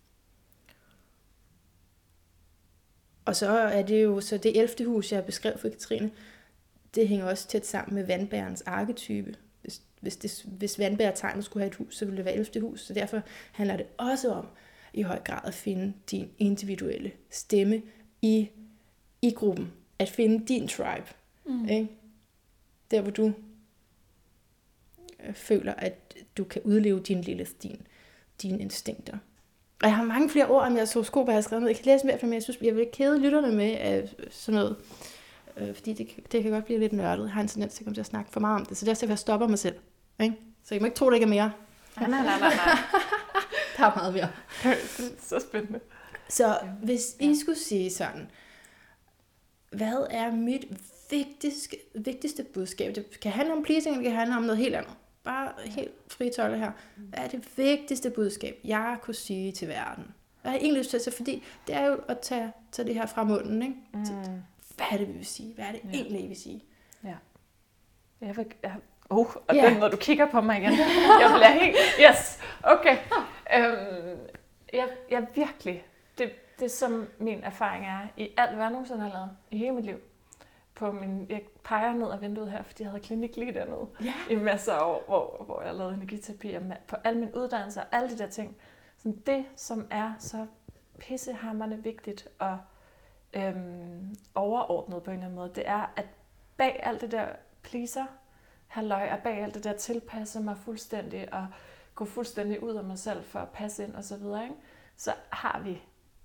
Og så er det jo, så det ellevte hus, jeg har beskrevet for Katrine, det hænger også tæt sammen med vandbærens arketype. Hvis, hvis, det, hvis vandbærtegnet skulle have et hus, så ville det være ellevte hus. Så derfor handler det også om i høj grad at finde din individuelle stemme i, i gruppen. At finde din tribe. Mm. Ikke? Der, hvor du øh, føler, at du kan udleve din lille din, dine instinkter. Og jeg har mange flere ord om jeres horoskoper, jeg har skrevet ned. Jeg kan læse mere fra mig. Jeg synes, jeg vil kede lytterne med øh, sådan noget. Øh, fordi det, det kan godt blive lidt nørdet. Jeg har en tendens til at komme til at snakke for meget om det. Så det er også, at jeg stopper mig selv. Ikke? Så jeg må ikke tro, det ikke er mere. Nej, nej, nej, nej. Der er meget mere. Så spændende. Så hvis I skulle sige sådan, hvad er mit vigtigste, vigtigste budskab? Det kan handle om pleasing, eller det kan handle om noget helt andet. Bare helt fri tøjler her. Hvad er det vigtigste budskab, jeg kunne sige til verden? Hvad er egentlig lyst til? Fordi det er jo at tage, tage det her fra munden, ikke? Mm. Hvad er det, vi vil sige? Hvad er det ja. egentlig, vi vil sige? Ja. Jeg vil... Jeg, oh, og ja. den, når du kigger på mig igen. Jeg bliver helt... Yes! Okay. Øhm, jeg, jeg virkelig... Det, det som min erfaring er i alt, hvad jeg nogensinde har lavet i hele mit liv. På min, jeg peger ned af vinduet her, fordi jeg havde klinik lige dernede yeah. i masser af år, hvor, hvor jeg lavede energiterapi på alle mine uddannelser og alle de der ting. Så det, som er så pissehammerende vigtigt og øhm, overordnet på en eller anden måde, det er, at bag alt det der pleaser, halløj, og bag alt det der tilpasse mig fuldstændig og gå fuldstændig ud af mig selv for at passe ind og så videre, ikke? Så har vi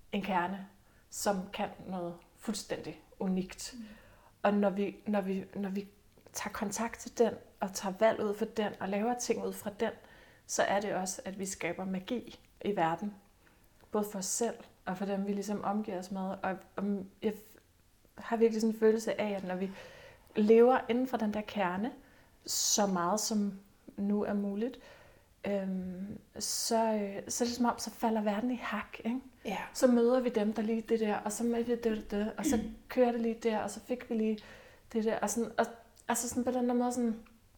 en kerne, som kan noget fuldstændig unikt. Mm. Og når vi, når, vi, når vi tager kontakt til den, og tager valg ud for den, og laver ting ud fra den, så er det også, at vi skaber magi i verden. Både for os selv, og for dem, vi ligesom omgiver os med. Og, og jeg har virkelig sådan en følelse af, at når vi lever inden for den der kerne, så meget som nu er muligt, øhm, så, så er det som om, så falder verden i hak, ikke? Ja. Så møder vi dem, der lige det der, og så møder vi det, det, det, og så kører det lige der, og så fik vi lige det der, og sådan, og, altså sådan på den der måde, sådan,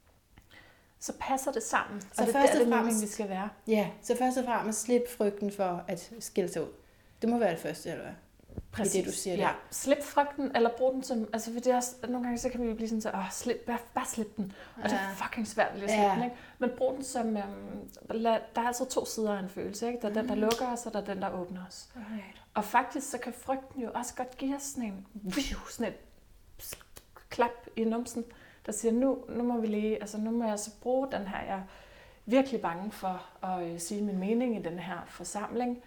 så passer det sammen, så og det er der, det mening, vi skal være. Ja, så først og fremmest slip frygten for at skille sig ud. Det må være det første, eller hvad? Præcis. I det, du siger der. Ja. Slip frygten, eller brug den som, altså for det er også, nogle gange så kan vi jo blive sådan så, åh, slip, bare, bare slip den. Og ja. Det er fucking svært lige at slippe ja. den, ikke? Men brug den som, øhm, lad, der er altså to sider af en følelse, ikke? Der er mm. den, der lukker os, og der er den, der åbner os. Right. Og faktisk så kan frygten jo også godt give os sådan en, sådan et klap i numsen, der siger, nu, nu må vi lige, altså nu må jeg så bruge den her, jeg er virkelig bange for at øh, sige min mening i den her forsamling.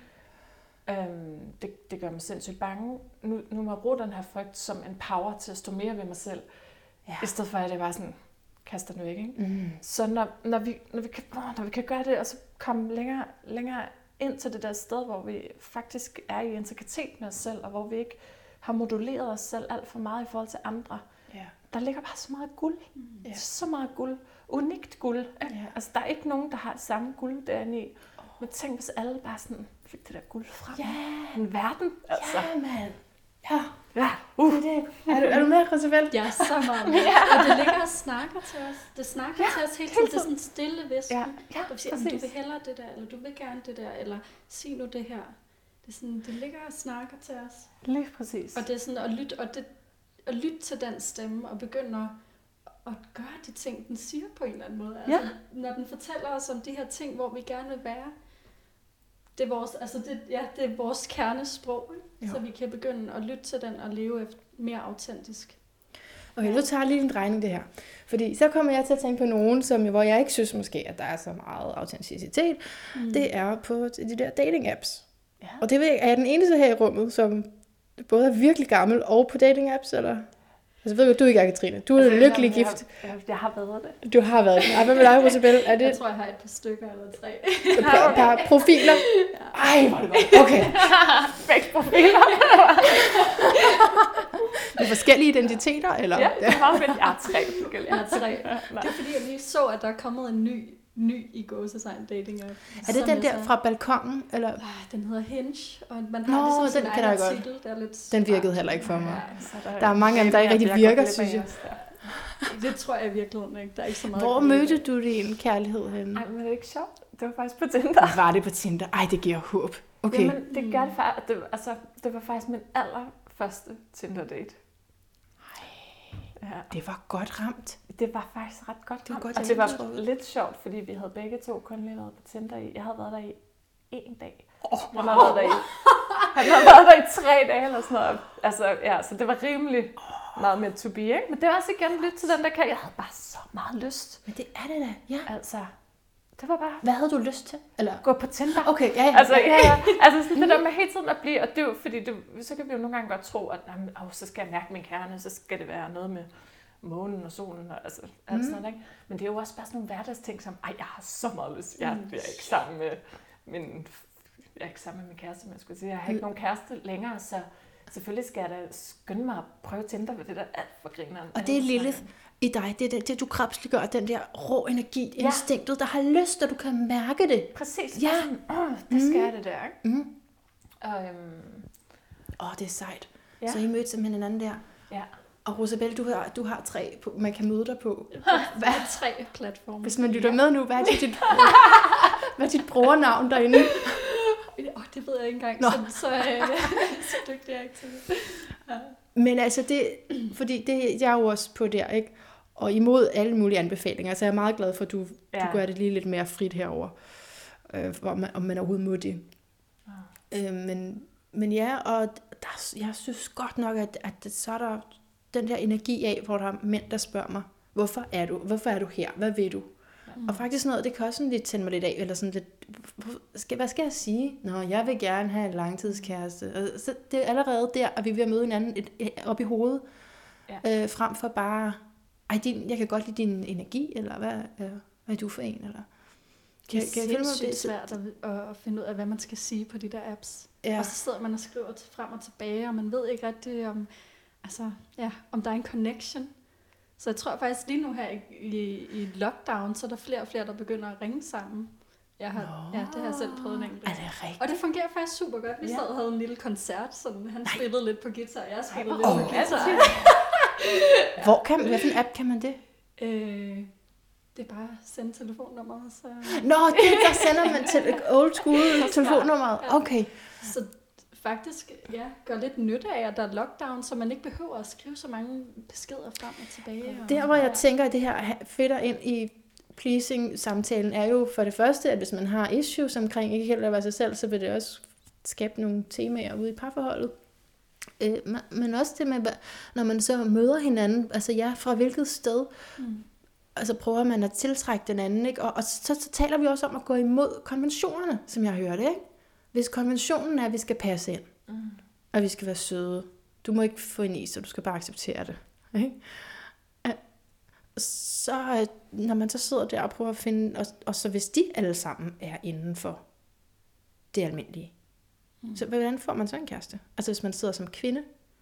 Øhm, det, det gør mig sindssygt bange. Nu, nu må jeg bruge den her frygt som en power til at stå mere ved mig selv. Ja. I stedet for, at det bare sådan, kaster den væk, ikke? Mm. Så når, når, vi, når, vi kan, når vi kan gøre det, og så komme længere, længere ind til det der sted, hvor vi faktisk er i integritet med os selv, og hvor vi ikke har moduleret os selv alt for meget i forhold til andre. Ja. Der ligger bare så meget guld. Mm. Ja. Så meget guld. Unikt guld. Ja. Altså, der er ikke nogen, der har samme guld derinde i. Oh. Men tænk, hvis alle bare sådan fik det der guld frem. Ja. En verden, altså. Ja, mand. Ja. Ja. Uh. Det, det. Er, du, er du med, Rosabelle? Ja, så meget med. Ja. Og det ligger og snakker til os. Det snakker ja, til os hele tiden. Det er sådan en stille visken. Ja. Ja, du siger, du vil hellere det der, eller du vil gerne det der, eller sig nu det her. Det, er sådan, det ligger og snakker til os. Lige præcis. Og det er sådan at lytte, og det at lytte til den stemme, og begynde at, at gøre de ting, den siger på en eller anden måde. Altså, ja. Når den fortæller os om de her ting, hvor vi gerne vil være, det er vores, altså det, ja, det er vores kernesprog, så vi kan begynde at lytte til den og leve efter, mere autentisk. Okay, nu tager jeg lige en drejning det her. Fordi så kommer jeg til at tænke på nogen, som, hvor jeg ikke synes måske, at der er så meget autenticitet. Mm. Det er på de der dating apps. Ja. Og det er jeg den eneste her i rummet, som både er virkelig gammel og på dating apps, eller? Altså ved du, du er ikke er, Katrine. Du er altså, lykkelig jeg, gift. Jeg, jeg, jeg har været det. Du har været det. Ej, hvad med dig, Rosabelle? Er det... Jeg tror, jeg har et par stykker eller tre. Et par, okay. par profiler? Ej, hvor er det godt. Okay. Begge profiler. Med forskellige identiteter, eller? Ja, det har jeg har tre forskellige. Jeg har tre. Det er fordi, jeg lige så, at der er kommet en ny ny i gåsetegn dating app. Er det den der så... fra balkongen? Eller? Ah, den hedder Hinge, og man har Nå, ligesom den sin egen titel. Der er lidt... Den virkede heller ikke for mig. Ja, der, der er mange af dem, der ikke rigtig virker, synes jeg. Det tror jeg i virkeligheden ikke. Der er ikke så meget. Hvor mødte du din kærlighed henne? Ej, men det er ikke sjovt. Det var faktisk på Tinder. Var det på Tinder? Ej, det giver håb. Okay. Jamen, det gør det faktisk. Det, altså, det var faktisk min allerførste Tinder-date. Ja. Det var godt ramt. Det var faktisk ret godt det var ramt. godt, og det var lidt sjovt, fordi vi havde begge to kun lige været på Tinder i. Jeg havde været der i en dag. Oh, wow. Han havde været der i, han havde været der i tre dage eller sådan noget. Altså, ja, så det var rimelig meget med to be, ikke? Men det var også igen lidt til den der kage. Jeg havde bare så meget lyst. Men det er det da, ja. Altså, det var bare... Hvad havde du lyst til? Eller? Gå på Tinder. Okay, ja, ja. Altså, ja, ja. Altså sådan det der med hele tiden at blive, og det er jo, fordi det, så kan vi jo nogle gange godt tro, at oh, så skal jeg mærke min kerne, så skal det være noget med månen og solen og altså, alt mm. sådan noget, ikke? Men det er jo også bare sådan nogle hverdagsting, som, ej, jeg har så meget lyst. Jeg er ikke sammen med min, jeg er ikke sammen med min kæreste, men jeg skulle sige, jeg har ikke nogen kæreste længere, så selvfølgelig skal jeg da skynde mig at prøve Tinder, for det der alt for grineren. Og det er Lilith i dig, det er det, det du kropsliggør, den der rå energi, ja. Instinktet, der har lyst, og du kan mærke det. Præcis. Ja. Sådan, åh, det skal mm. det der, ikke? Mm. Og, øhm, åh, det er sejt. Ja. Så I mødte simpelthen hinanden der. Ja. Og Rosabelle, du har, du har tre, på, man kan møde dig på. Hvad er tre platforme? Hvis man lytter med nu, hvad er dit, hvad er dit brugernavn derinde? Oh, det ved jeg ikke engang, så, så, øh, så dygtig er jeg ikke til det. Ja. Men altså, det, fordi det, jeg er jo også på der, ikke? Og imod alle mulige anbefalinger, så jeg er meget glad for, at du, ja. du gør det lige lidt mere frit herover, øh, hvor man, om man overhovedet må det. Ja. Øh, men, men ja, og der, jeg synes godt nok, at, at så er der den der energi af, hvor der er mænd, der spørger mig, hvorfor er du, hvorfor er du her? Hvad vil du? Ja. Mm. Og faktisk noget, det kan også sådan lidt tænde mig lidt af, eller sådan lidt, skal, hvad skal jeg sige? Nå, jeg vil gerne have en langtidskæreste. Og så det er allerede der, at vi er ved at møde hinanden et, et, op i hovedet, ja. øh, frem for bare, ej, din, jeg kan godt lide din energi, eller hvad, øh, hvad er du for en, eller... Kan, det er kan jeg sindssygt det? svært at, at finde ud af, hvad man skal sige på de der apps. Ja. Og så sidder man og skriver til frem og tilbage, og man ved ikke rigtig, om, altså, ja, om der er en connection. Så jeg tror faktisk lige nu her i, i, i lockdown, så er der flere og flere, der begynder at ringe sammen. Jeg har, ja, det har jeg selv prøvet en enkelt. Er det rigtigt? Og det fungerer faktisk super godt. Vi ja. sad og havde en lille koncert, så han spillede Ej. lidt på guitar, og jeg spillede Ej, lidt oh, på guitar. Hvor kan man, hvilken app kan man det? Øh, det er bare at sende telefonnummeret. Så... Nå, det der sender man til old school telefonnummeret. Okay. Så faktisk ja, gør lidt nytte af, at der er lockdown, så man ikke behøver at skrive så mange beskeder frem og tilbage. Og... Der, hvor jeg tænker, at det her fedter ind i pleasing-samtalen, er jo for det første, at hvis man har issues omkring ikke helt at være sig selv, så vil det også skabe nogle temaer ude i parforholdet. Øh, men også det med, når man så møder hinanden, altså ja, fra hvilket sted, mm. altså prøver man at tiltrække den anden, ikke? Og, og så, så taler vi også om at gå imod konventionerne, som jeg hørte, ikke? Hvis konventionen er, at vi skal passe ind, mm. og vi skal være søde, du må ikke få en is, så du skal bare acceptere det, ikke? Så når man så sidder der og prøver at finde, og, og så hvis de alle sammen er inden for det almindelige, mm. så hvordan får man så en kæreste? Altså hvis man sidder som kvinde,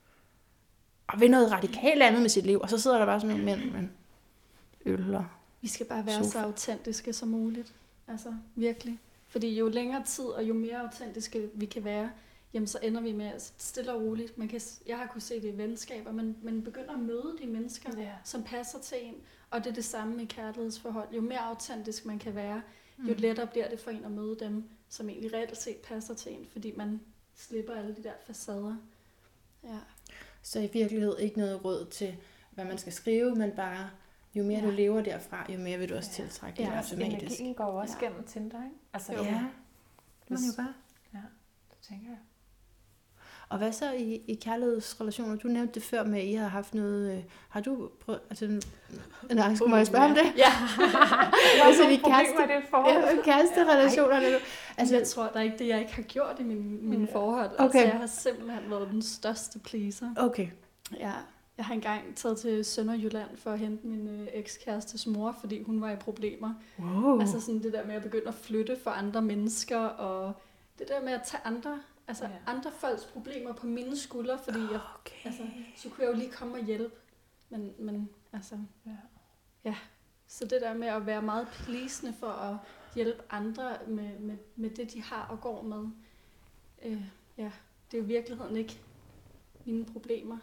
og vil noget radikalt andet med sit liv, og så sidder der bare sådan nogle mænd, men øl og vi skal bare være sofa. Så autentiske som muligt. Altså virkelig. Fordi jo længere tid, og jo mere autentiske vi kan være, jamen så ender vi med at stille og roligt. Man kan, jeg har kunnet se det i venskaber, men man begynder at møde de mennesker, yeah. som passer til en. Og det er det samme i kærlighedsforhold. Jo mere autentisk man kan være, jo mm. lettere bliver det for en at møde dem, som egentlig reelt set passer til en, fordi man slipper alle de der facader. Ja. Så i virkeligheden ikke noget råd til, hvad man skal skrive, men bare, jo mere ja. du lever derfra, jo mere vil du også ja. tiltrække det ja, automatisk. Energien går også ja. gennem Tinder, ikke? Altså, ja, det man jo bare. Ja, det tænker jeg. Og hvad så i, i kærlighedsrelationer? Du nævnte det før med, at I har haft noget... Øh, har du prøvet... Altså, nej, skal må jeg spørge om det? Ja. Altså, de kæreste, ja, kæresterelationerne. Altså, jeg tror, der er ikke det, jeg ikke har gjort i mine, mine forhold. Okay. Altså, jeg har simpelthen været den største pleaser. Okay. Ja. Jeg har engang taget til Sønderjylland for at hente min øh, ekskærestes mor, fordi hun var i problemer. Wow. Altså sådan det der med at begynde at flytte for andre mennesker, og det der med at tage andre... Altså ja. andre folks problemer på mine skuldre, fordi jeg, okay. altså, så kunne jeg jo lige komme og hjælpe. Men, men altså, ja. ja. Så det der med at være meget pleasende for at hjælpe andre med, med, med det, de har og går med, øh, ja, det er jo i virkeligheden ikke mine problemer.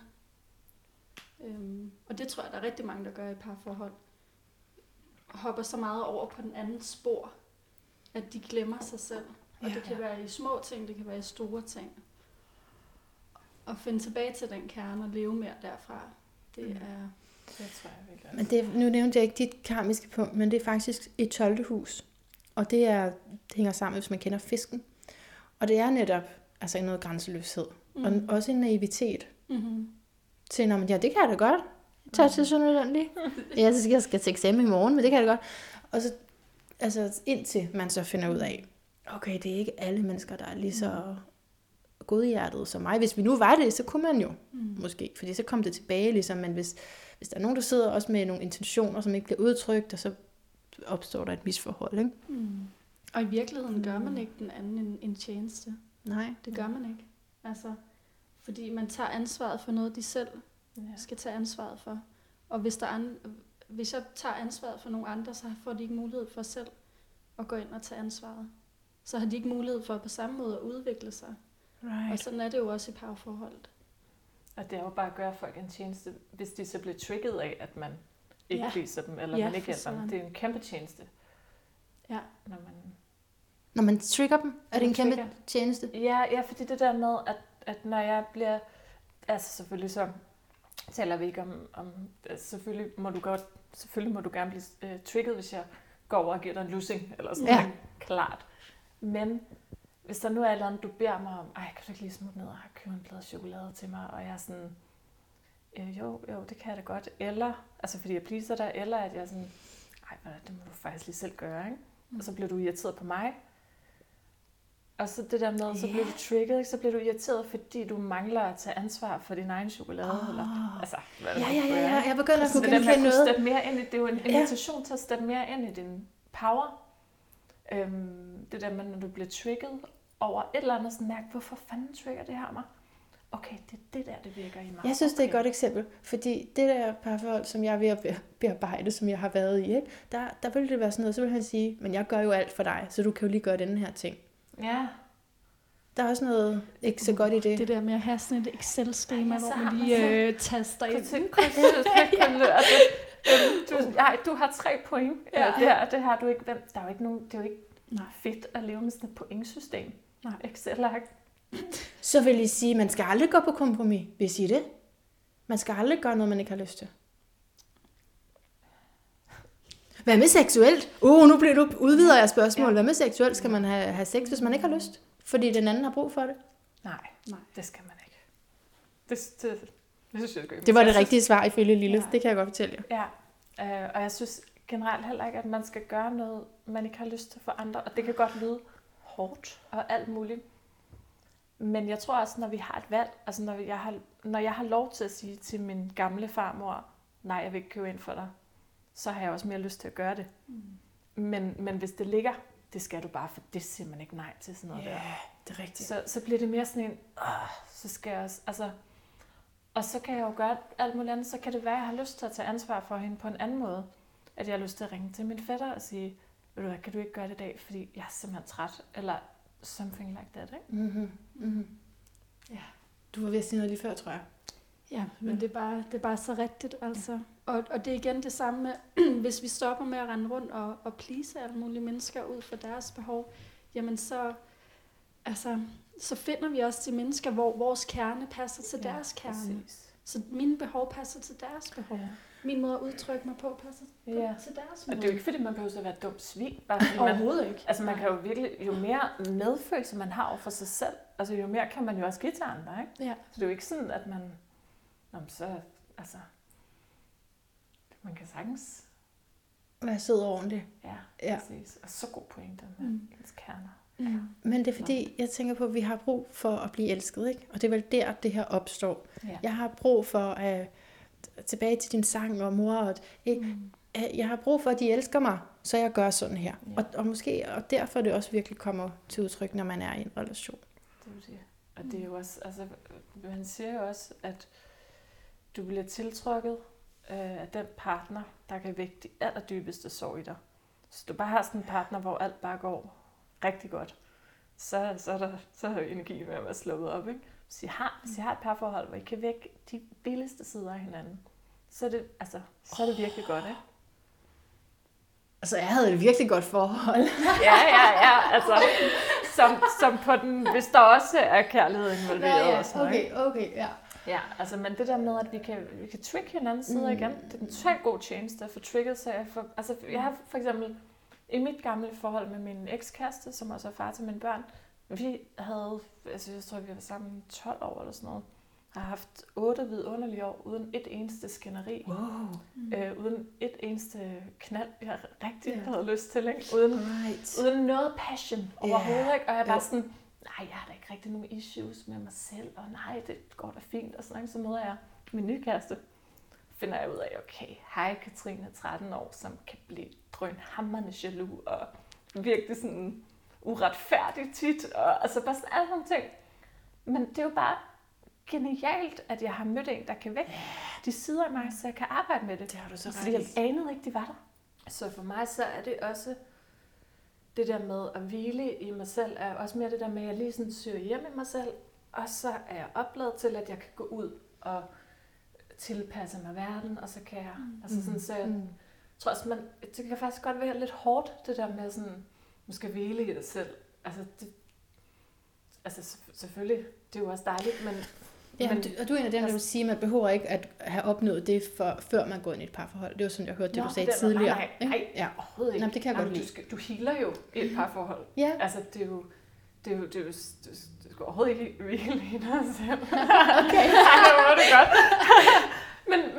Øhm, og det tror jeg, der er rigtig mange, der gør i parforhold. Hopper så meget over på den anden spor, at de glemmer sig selv. Og ja, det kan ja. være i små ting, det kan være i store ting. Og finde tilbage til den kerne og leve mere derfra, det mm. er... Det tror jeg virkelig. Men det, nu nævnte jeg ikke dit karmiske punkt, men det er faktisk et tolvte hus. Og det, er, det hænger sammen, hvis man kender fisken. Og det er netop altså noget grænseløshed. Mm. Og også en naivitet. Mm-hmm. Til, når man, ja, det kan jeg da godt. Tag mm. til Sønderjylland lige. Jeg skal, jeg skal til eksamen i morgen, men det kan jeg da godt. Og så, altså indtil man så finder ud af, okay, det er ikke alle mennesker, der er lige så mm. godhjertede som mig. Hvis vi nu var det, så kunne man jo mm. måske, fordi så kom det tilbage ligesom, men hvis, hvis der er nogen, der sidder også med nogle intentioner, som ikke bliver udtrykt, og så opstår der et misforhold, ikke? Mm. Og i virkeligheden gør man ikke den anden en, en tjeneste. Nej. Det gør man ikke. Altså, fordi man tager ansvaret for noget, de selv ja. skal tage ansvaret for. Og hvis, der er an, hvis jeg tager ansvaret for nogle andre, så får de ikke mulighed for selv at gå ind og tage ansvaret. Så har de ikke mulighed for på samme måde at udvikle sig. Right. Og sådan er det jo også i parforholdet. Og det er jo bare at gøre folk en tjeneste, hvis de så bliver trigget af, at man ikke ja. pleaser dem, eller ja, man ikke hjælper dem. Det er en kæmpe tjeneste. Ja. Når man, når man trigger dem, er det en kæmpe trigger. tjeneste? Ja, ja, fordi det der med, at, at når jeg bliver... Altså selvfølgelig så taler vi ikke om... om altså selvfølgelig, må du godt, selvfølgelig må du gerne blive uh, trigget, hvis jeg går over og giver dig en lussing, eller sådan ja. noget. Klart. Men hvis der nu er et eller andet, du beder mig om, ej, kan du ikke lige smutte ned og købe en plade chokolade til mig? Og jeg er sådan, øh, jo, jo, det kan jeg da godt. Eller, altså fordi jeg pleaser dig, eller at jeg er sådan, ej, det må du faktisk lige selv gøre, ikke? Mm. Og så bliver du irriteret på mig. Og så det der med, så bliver du trigget, ikke? Så bliver du irriteret, fordi du mangler at tage ansvar for din egen chokolade. Oh. Eller, altså, hvad ja, ja, ja, ja, jeg begynder at kunne genkende noget. Steppe mere ind i, det er jo en invitation ja. til at steppe mere ind i din power. Øhm, det der med, når du bliver trigget over et eller andet, sådan mærke, hvorfor fanden trigger det her mig? Okay, det er det der, det virker i mig. Jeg synes, okay. det er et godt eksempel, fordi det der parforhold, som jeg er ved at bearbejde, som jeg har været i, ikke? Der, der ville det være sådan noget, så vil han sige, men jeg gør jo alt for dig, så du kan jo lige gøre den her ting. Ja. Der er også noget ikke så godt i det. Det der med at have sådan et Excel-skema, ja, hvor man lige øh, taster ind. Du har tre point. Ja. Det, her, det har du ikke. Der er jo ikke nogen, det er jo ikke Nej. fedt at leve med sådan et pointsystem. Nej. Excel-ark. Så vil I sige, at man skal aldrig gå på kompromis. Vil I sige det? Man skal aldrig gøre noget, man ikke har lyst til. Hvad med seksuelt? Uh, nu bliver du udvider jeg spørgsmål. Ja. Hvad med seksuelt? Skal man have, have sex, hvis man ikke har lyst? Fordi den anden har brug for det? Nej, Nej. det skal man ikke. Det, det, det synes jeg ikke. Det var det rigtige svar ifølge Lilith. Ja. Det kan jeg godt fortælle jer. Ja, øh, og jeg synes generelt heller ikke, at man skal gøre noget, man ikke har lyst til for andre. Og det kan godt lyde hårdt og alt muligt. Men jeg tror også, når vi har et valg, altså når jeg har, når jeg har lov til at sige til min gamle farmor, nej, jeg vil ikke købe ind for dig, så har jeg også mere lyst til at gøre det. Mm. Men, men hvis det ligger, det skal du bare, for det siger man ikke nej til sådan noget yeah, der. Det er rigtigt. Så, så bliver det mere sådan en, så skal jeg også, altså, og så kan jeg jo gøre alt muligt andet, så kan det være, at jeg har lyst til at tage ansvar for hende på en anden måde. At jeg har lyst til at ringe til min fætter og sige, ved du hvad, kan du ikke gøre det i dag, fordi jeg er simpelthen træt, eller something like that, ikke? Mm-hmm. Mm-hmm. Ja. Du var ved at sige noget lige før, tror jeg. Ja, men det er bare, det er bare så rigtigt, altså. Og, og det er igen det samme med, hvis vi stopper med at rende rundt og, og please alle mulige mennesker ud for deres behov, jamen så, altså, så finder vi også de mennesker, hvor vores kerne passer til ja, deres kerne. Præcis. Så mine behov passer til deres behov. Ja. Min måde at udtrykke mig på passer ja. til deres måde. Og det er jo ikke, fordi man behøver at være dum svin. Bare Overhovedet ikke. Altså man kan jo virkelig, jo mere medfølelse man har over for sig selv, altså jo mere kan man jo også give til andre, ikke? Ja. Så det er jo ikke sådan, at man, nå, så, altså, man kan sagtens være sød og ordentlig. Ja, ja, præcis. Og så god pointe med mm. ens kerner. Mm. Men det er fordi, jeg tænker på, at vi har brug for at blive elsket, ikke? Og det er vel der, det her opstår. Ja. Jeg har brug for at, tilbage til din sang og mor, og, mm. jeg har brug for, at de elsker mig, så jeg gør sådan her. Ja. Og, og måske, og derfor det også virkelig kommer til udtryk, når man er i en relation. Det er det. Og det er jo også, altså, han siger jo også, at du bliver tiltrukket øh, af den partner, der kan vække de allerdybeste sorg i dig. Så du bare har sådan en partner, hvor alt bare går rigtig godt, så, så, er, der, så er der energien ved at være slået op, ikke? Hvis I har, hvis I har et parforhold, hvor I kan vække de vildeste sider af hinanden, så er det, altså, så er det virkelig godt, ikke? Altså, jeg havde et virkelig godt forhold. ja, ja, ja, altså, som, som på den, hvis der også er kærlighed involveret. Ja, ja, og sådan, okay, ikke? okay, ja. Ja, altså, men det der med, at vi kan, vi kan trigge hinanden sider mm. igen, det er en totalt god tjeneste at få trigget sig. For, altså, jeg har for eksempel, i mit gamle forhold med min ekskæreste, som også er far til mine børn, vi havde, altså jeg tror, vi var sammen tolv år eller sådan noget, har haft otte vidunderlige år, uden et eneste skænderi, wow. mm. øh, uden et eneste knald, jeg rigtig yeah. havde lyst til, ikke? Uden, right. uden noget passion overhovedet, yeah. ikke? Og jeg var sådan, nej, jeg har da ikke rigtig nogen issues med mig selv, og nej, det går da fint, og sådan noget. Så møder jeg min nye kæreste, finder jeg ud af, okay, hej Katrine, tretten år, som kan blive drønhamrende jaloux, og virkelig sådan uretfærdigt tit, og altså bare sådan alle nogle ting. Men det er jo bare genialt, at jeg har mødt en, der kan vække de sider af mig, så jeg kan arbejde med det. Det har du så Fordi jeg anede ikke, de var der. Så for mig så er det også det der med at hvile i mig selv, er også mere det der med, at jeg lige sådan søger hjem i mig selv, og så er jeg opladet til, at jeg kan gå ud og tilpasse mig verden, og så kan jeg, mm. altså sådan, så jeg mm. tror også, man, det kan faktisk godt være lidt hårdt, det der med sådan, man skal hvile i dig selv. Altså, det, altså selvfølgelig, det er jo også dejligt, men... Ja, men, du, og du er en af dem, der vil sige, at man behøver ikke at have opnået det, for, før man går ind i et parforhold. Det var sådan, jeg hørte det, Nå, du sagde det, tidligere. Nej, nej, nej ja. overhovedet ikke. Jamen, det kan jeg Jamen, godt lide. Du, skal, du healer jo i et parforhold. Ja. Altså, det er jo... Det er jo... Det er jo du, du skal overhovedet ikke hvile i dig selv. Okay. Nej, det var det godt. men, men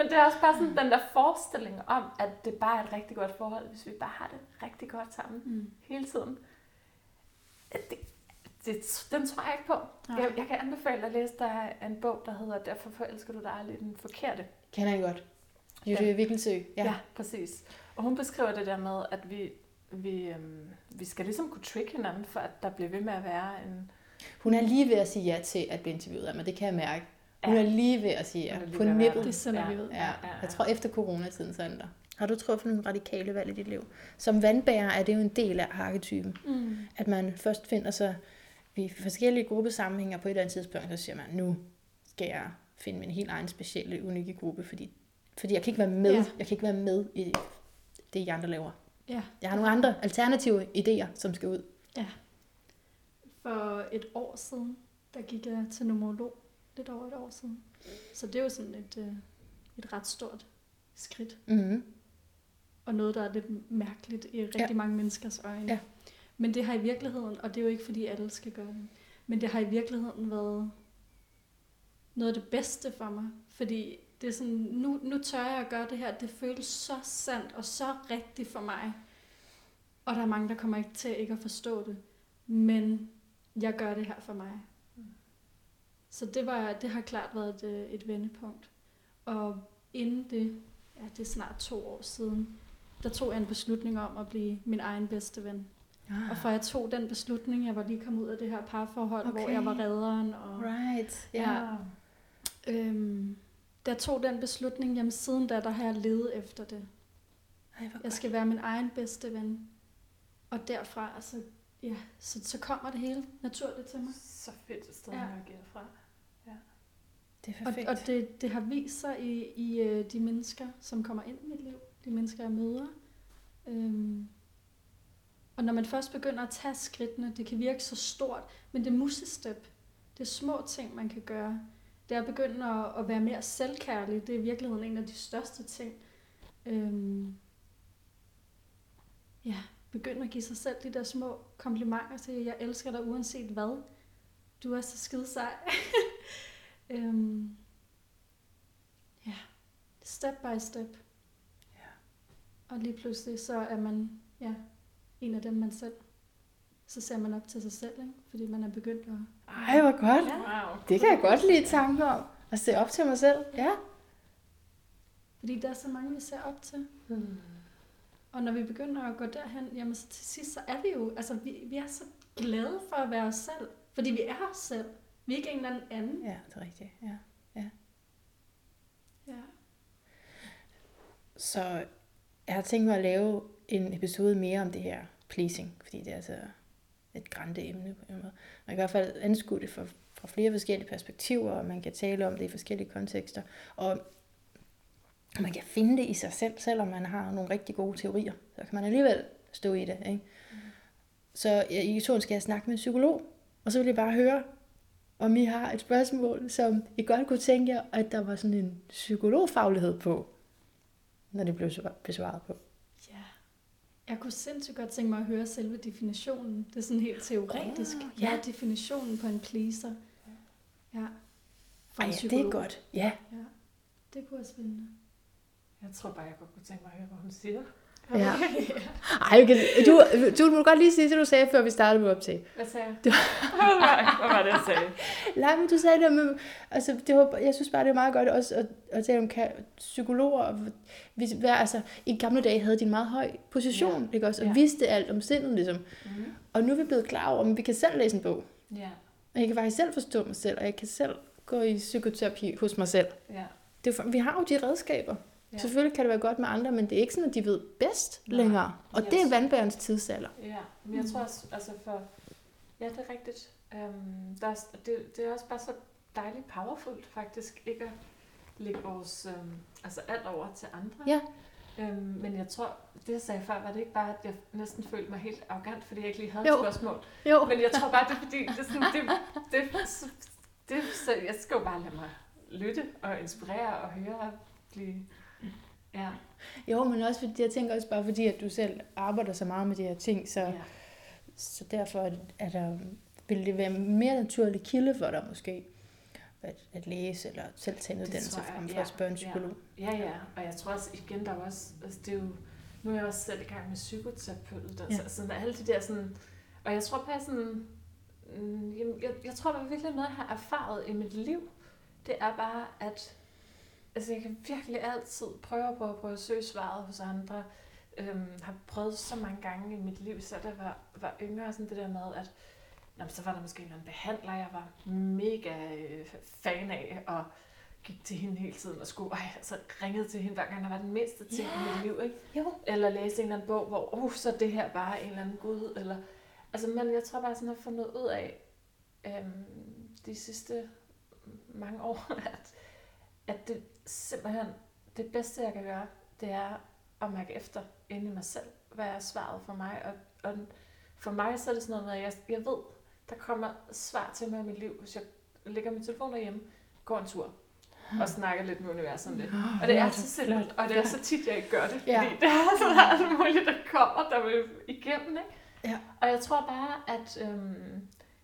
det er også bare sådan den der forestilling om, at det bare er et rigtig godt forhold, hvis vi bare har det rigtig godt sammen Mm. hele tiden. Det, det, den tror jeg ikke på. Jeg, jeg kan anbefale at læse, der er en bog, der hedder Derfor forelsker du dig aldrig den forkerte. Kender jeg godt. Jytte Vikkelsø. Ja. ja, præcis. Og hun beskriver det der med, at vi, vi, øhm, vi skal ligesom kunne trick hinanden, for at der bliver ved med at være en... Hun er lige ved at sige ja til at blive interviewet af mig, det kan jeg mærke. Hun Ja. er lige ved at sige ja. Hun er lige På ved at nippet. være Det sender Ja. vi ud. Ja, ja, jeg tror efter coronatiden så er den der. Har du truffet nogle radikale valg i dit liv? Som vandbærer er det jo en del af arketypen. Mm. At man først finder sig i forskellige gruppesammenhænge, og på et eller andet tidspunkt, så siger man, nu skal jeg finde min helt egen specielle, unikke gruppe, fordi, fordi jeg kan ikke være med. Ja. Jeg kan ikke være med i det, I andre laver. Ja. Jeg har nogle andre alternative idéer, som skal ud. For et år siden, der gik jeg til numerolog. Lidt over et år siden. Så det er jo sådan et, øh, et ret stort skridt. Mm-hmm. Og noget, der er lidt mærkeligt i rigtig Ja. mange menneskers øjne. Ja. Men det har i virkeligheden, og det er jo ikke fordi alle skal gøre det, men det har i virkeligheden været noget af det bedste for mig. Fordi det er sådan, nu, nu tør jeg at gøre det her, det føles så sandt og så rigtigt for mig. Og der er mange, der kommer ikke til ikke at forstå det. Men jeg gør det her for mig. Så det, var, det har klart været et, øh, et vendepunkt. Og inden det, ja, det er snart to år siden, der tog jeg en beslutning om at blive min egen bedste ven. Ah. Og for jeg tog den beslutning, jeg var lige kommet ud af det her parforhold, Okay. hvor jeg var redderen. Og, Right. Ja. øhm, da jeg tog den beslutning, jamen siden da, der har jeg levet efter det. Ej, hvor Jeg godt. skal være min egen bedste ven. Og derfra, altså, ja, så, så kommer det hele naturligt til mig. Så fedt et sted, Ja. ja. at agere fra. Det er Og, perfekt. og det, det har vist sig i, i øh, de mennesker, som kommer ind i mit liv. De mennesker, jeg møder. Øhm, og når man først begynder at tage skridtene, det kan virke så stort, men det er musestep. Det er små ting, man kan gøre. Det er at begynde at, at være mere selvkærlig. Det er i virkeligheden en af de største ting. Øhm, ja, begynde at give sig selv de der små komplimenter til, jeg elsker dig uanset hvad. Du er så skide sej. øhm, ja, step by step. Ja. Og lige pludselig så er man ja, en af dem, man selv. Så ser man op til sig selv, ikke? Fordi man er begyndt at... Ej, hvor godt. Ja. Wow. Det kan jeg godt lide tanken om. At se op til mig selv. Ja. Fordi der er så mange, vi ser op til. Hmm. Og når vi begynder at gå derhen, jamen så til sidst, så er vi jo... Altså, vi, vi er så glade for at være os selv. Fordi vi er os selv. Vi er ikke en eller anden. Ja, det er rigtigt. Ja. Ja. Så jeg har tænkt mig at lave en episode mere om det her pleasing, fordi det er altså et grande emne på en måde. Man kan i hvert fald anskue det fra, fra flere forskellige perspektiver, og man kan tale om det i forskellige kontekster, og man kan finde det i sig selv, selvom man har nogle rigtig gode teorier. Så kan man alligevel stå i det, ikke? Mm. Så i toren skal jeg snakke med en psykolog, og så vil jeg bare høre, om I har et spørgsmål, som I godt kunne tænke jer, at der var sådan en psykologfaglighed på, når det blev besvaret på. Ja. Jeg kunne sindssygt godt tænke mig at høre selve definitionen. Det er sådan helt teoretisk. Oh, Hvad ja. er definitionen på en pleaser? Ja. For Ej, en ja, det psykolog. er godt. Ja. Ja. Det kunne være spændende. Jeg tror bare, jeg godt kunne tænke mig at høre, hvad hun siger. Ja. Ej, okay. du, du må godt lige sige det, du sagde, før vi startede med optag. Hvad sagde jeg? Du... Hvad var hvad var det, jeg sagde? Nej, men du sagde det med, altså, det var, jeg synes bare, det er meget godt også at, at tale om kan, psykologer. Og, hvis, hvad, altså, i gamle dage havde de en meget høj position, ja. Ikke også? Og Ja. vidste alt om sindet, ligesom. Mm-hmm. Og nu er vi blevet klar over, at vi kan selv læse en bog. Ja. Og jeg kan faktisk selv forstå mig selv, og jeg kan selv gå i psykoterapi hos mig selv. Ja. Det er, vi har jo de redskaber. Ja. Ja. Selvfølgelig kan det være godt med andre, men det er ikke sådan, at de ved bedst Nej. længere. Og Yes. det er vandbærens tidsalder. Ja, men jeg tror også, altså for, ja, det er rigtigt. Um, der er, det, det er også bare så dejligt powerfult faktisk, ikke at lægge vores, um, altså alt over til andre. Ja. Um, men jeg tror, det jeg sagde før, var det ikke bare, at jeg næsten følte mig helt arrogant, fordi jeg ikke lige havde Jo. et spørgsmål. Jo. Men jeg tror bare, det er fordi, det er sådan, det, det, det, det, så jeg skal jo bare lade mig lytte og inspirere og høre og blive, ja. Jo, men også fordi, jeg tænker også bare fordi, at du selv arbejder så meget med de her ting, så, ja. så derfor er der, vil det være en mere naturlig kilde for dig måske. at, at læse, eller selv tage en uddannelse tror jeg, frem for ja, at spørge en psykolog. Ja, ja, og jeg tror også, igen, der er også, altså det er jo, nu er jeg også selv i gang med psykoterapeutuddannelse, Ja. sådan alle de der sådan, og jeg tror på sådan, mm, jamen, jeg, jeg tror, der er virkelig noget, jeg har erfaret i mit liv, det er bare, at altså, jeg kan virkelig altid prøve på at prøve at søge svaret hos andre. Øhm, har prøvet så mange gange i mit liv, så da jeg var, var yngre, sådan det der med, at nå, så var der måske en eller anden behandler, jeg var mega øh, fan af, og gik til hende hele tiden og skulle, ej, altså ringede til hende, hver gang der var den mindste ting yeah. i mit liv, ikke? Jo. Eller læste en eller anden bog, hvor, uh, så det her bare en eller anden gud, eller, altså, men jeg tror bare sådan, at jeg har fundet ud af, øhm, de sidste mange år, at, at det simpelthen, det bedste jeg kan gøre, det er at mærke efter inde i mig selv, hvad er svaret for mig, og, og for mig så er det sådan noget, at jeg, jeg ved, der kommer svar til mig i mit liv, hvis jeg lægger min telefon derhjemme, går en tur, og snakker lidt med universet om det. Og det er så simpelt, og det er så tit, jeg ikke gør det, fordi Ja. det er sådan alt muligt, der kommer, der vil igennem, ikke? Ja. Og jeg tror bare, at øhm,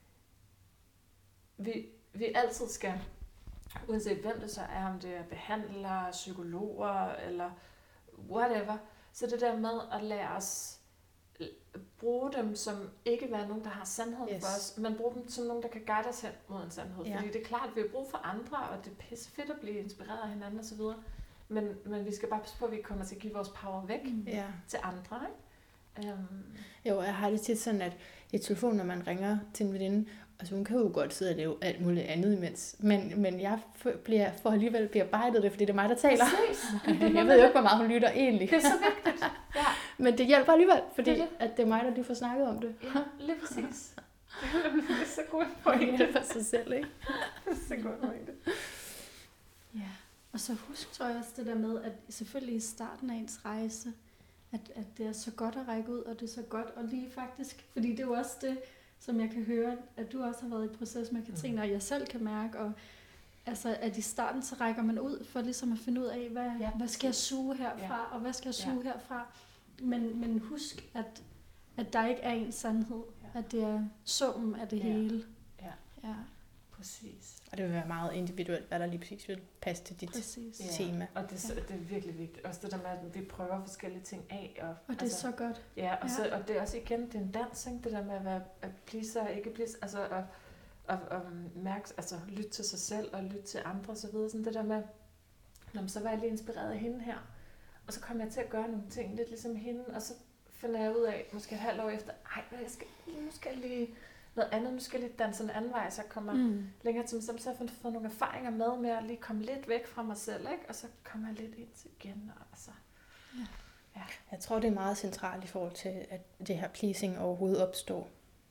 vi, vi altid skal, uanset hvem det så er, om det er behandlere, psykologer, eller whatever, så det der med at lade os bruge dem som ikke være nogen, der har sandheden Yes. for os, men bruge dem som nogen, der kan guide os hen mod en sandhed. Ja. Fordi det er klart, at vi har brug for andre, og det er pisse fedt at blive inspireret af hinanden osv. Men, men vi skal bare passe på, at vi ikke kommer til at give vores power væk mm. Ja. til andre. Ikke? Um, Jo, jeg har det tit sådan, at i telefonen, når man ringer til en veninde, altså hun kan jo godt sidde og lave alt muligt andet imens, men, men jeg f- bliver, får alligevel bearbejdet det, fordi det er mig, der taler. Jeg ved jo ikke, hvor meget hun lytter egentlig. Det er så vigtigt. Ja. Men det hjælper alligevel, fordi Det det er det. at det er mig, der lige får snakket om det. Ja, lige præcis. Det er så god en Det pointe. hjælper sig selv, ikke? Det er så god en pointe. Ja, og så husk, tror jeg også det der med, at selvfølgelig i starten af ens rejse, at, at det er så godt at række ud, og det er så godt at lige faktisk, fordi det er jo også det, som jeg kan høre, at du også har været i proces med Katrine, og jeg selv kan mærke, og altså, at i starten så rækker man ud for ligesom at finde ud af, hvad, Ja, hvad skal jeg suge herfra, Ja. og hvad skal jeg suge Ja. herfra. Men, men husk, at, at der ikke er en sandhed, Ja. at det er summen af det Ja. hele. Ja. Ja, Præcis. Og det vil være meget individuelt, hvad der lige præcis vil passe til dit præcis. Ja. tema. Og det, er så- det er virkelig vigtigt. Også det der med, at vi prøver forskellige ting af. Og, Og det er altså, så godt. Ja, og, Ja. Så, og det er også igen, det er en dans, ikke? Det der med at være at pleaser og ikke pleaser, altså at, at, at mærke, altså lytte til sig selv og lytte til andre og så videre. Sådan det der med, når så var jeg lige inspireret af hende her, og så kom jeg til at gøre nogle ting lidt ligesom hende, og så finder jeg ud af, måske et halvt år efter, ej, jeg skal, nu skal jeg lige noget andet, nu skal jeg lige danse en anden vej, så jeg kommer Mm. længere til mig selv, så har jeg fået nogle erfaringer med, med at lige komme lidt væk fra mig selv, ikke? Og så kommer jeg lidt ind til igen, og altså... Jeg tror, det er meget centralt i forhold til, at det her pleasing overhovedet opstår.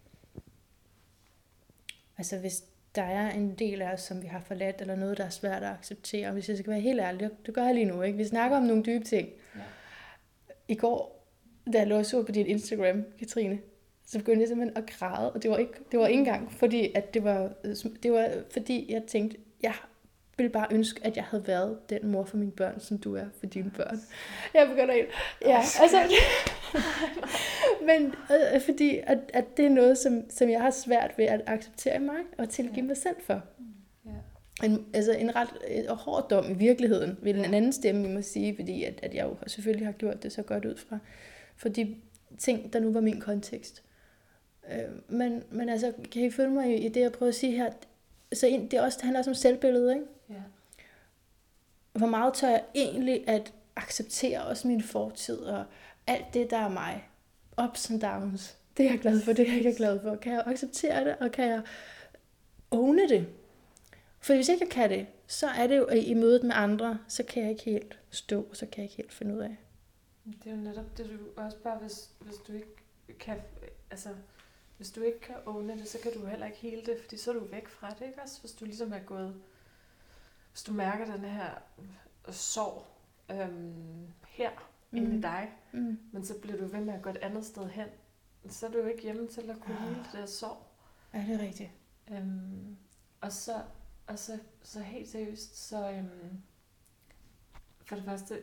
Altså hvis der er en del af os, som vi har forladt, eller noget, der er svært at acceptere, og hvis jeg skal være helt ærlig, det gør jeg lige nu, ikke? Vi snakker om nogle dybe ting. Ja. I går, da jeg lå og så på din Instagram, Katrine, så begyndte jeg simpelthen at græde, og det var ikke, det var ikke engang, fordi at det var, det var fordi jeg tænkte, jeg ville bare ønske, at jeg havde været den mor for mine børn, som du er for dine børn. Jeg begynder helt, ja, altså, men øh, fordi at, at det er noget, som, som jeg har svært ved at acceptere mig, og tilgive Ja. mig selv for. Ja. En, altså en ret en hård dom i virkeligheden, vil Ja. en anden stemme, jeg må sige, fordi at, at jeg jo selvfølgelig har gjort det så godt ud fra, for de ting, der nu var min kontekst. Øh, men, men altså, kan I følge mig i, i det, jeg prøver at sige her? Så en, det, er også, det handler også om selvbillede, ikke? Ja. Hvor meget tør jeg egentlig at acceptere også min fortid, og alt det, der er mig. Ups and downs. Det er jeg glad for, det er jeg ikke glad for. Kan jeg acceptere det, og kan jeg owne det? For hvis ikke jeg kan det, så er det jo i mødet med andre, så kan jeg ikke helt stå, så kan jeg ikke helt finde ud af. Det er jo netop det, du også bare, hvis, hvis du ikke kan, altså, hvis du ikke kan åbne det, så kan du heller ikke hele det, fordi så er du væk fra det, ikke også? Hvis du ligesom er gået, hvis du mærker den her sorg øhm, her mm. inde i dig, Mm. men så bliver du ved med at gå et andet sted hen, så er du jo ikke hjemme til at kunne hele det der sorg. Ja, det er rigtigt. Øhm, og så, og så, så helt seriøst, så øhm, for det første,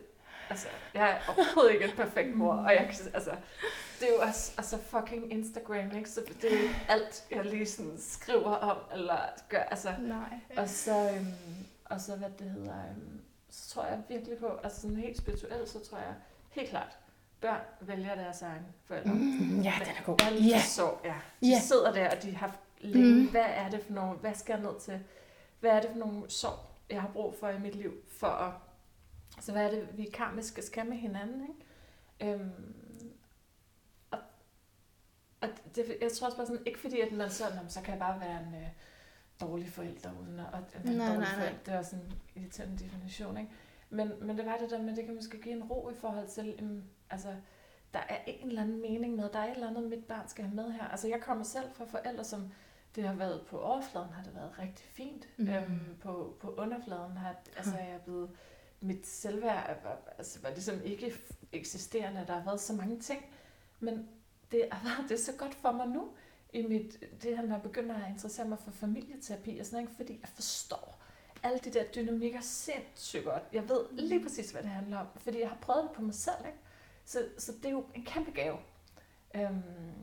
altså, jeg er overhovedet ikke en perfekt mor, og jeg kan, altså, det er jo også altså fucking Instagram, ikke? Så det er jo alt, jeg lige sådan skriver om, eller gør, altså. Nej. Og så, øhm, og så hvad det hedder, øhm, så tror jeg virkelig på, altså sådan helt spirituelt, så tror jeg helt klart, børn vælger deres egen forældre. Mm, ja, den er god. Alt Ja. så, ja. De Ja. sidder der, og de har haft længe, Mm. hvad er det for nogle, hvad skal jeg ned til? Hvad er det for nogle sorg, jeg har brug for i mit liv, for at, altså hvad er det, vi karmisk skal med hinanden, ikke? Øhm, og, og det, jeg tror også bare sådan, ikke fordi, at man sådan, så kan jeg bare være en øh, dårlig forælder, uden at, at en Nej, dårlig nej, nej. forælder, det er også en irriterende definition, ikke? Men, men det var det der med, det kan måske give en ro i forhold til, øhm, altså, der er en eller anden mening med, der er et eller andet, mit barn skal have med her. Altså, jeg kommer selv fra forældre, som det har været på overfladen, har det været rigtig fint. Mm. Øhm, på, på underfladen har altså, jeg er blevet, mit selvværd er, var- altså, var ligesom ikke eksisterende. Der har været så mange ting, men det har været det er så godt for mig nu, i mit, det her, når jeg begynder at interessere mig for familieterapi og sådan noget, fordi jeg forstår alle de der dynamikker sindssygt godt. Jeg ved lige præcis, hvad det handler om, fordi jeg har prøvet det på mig selv, ikke? Så, så det er jo en kæmpe gave. Øhm,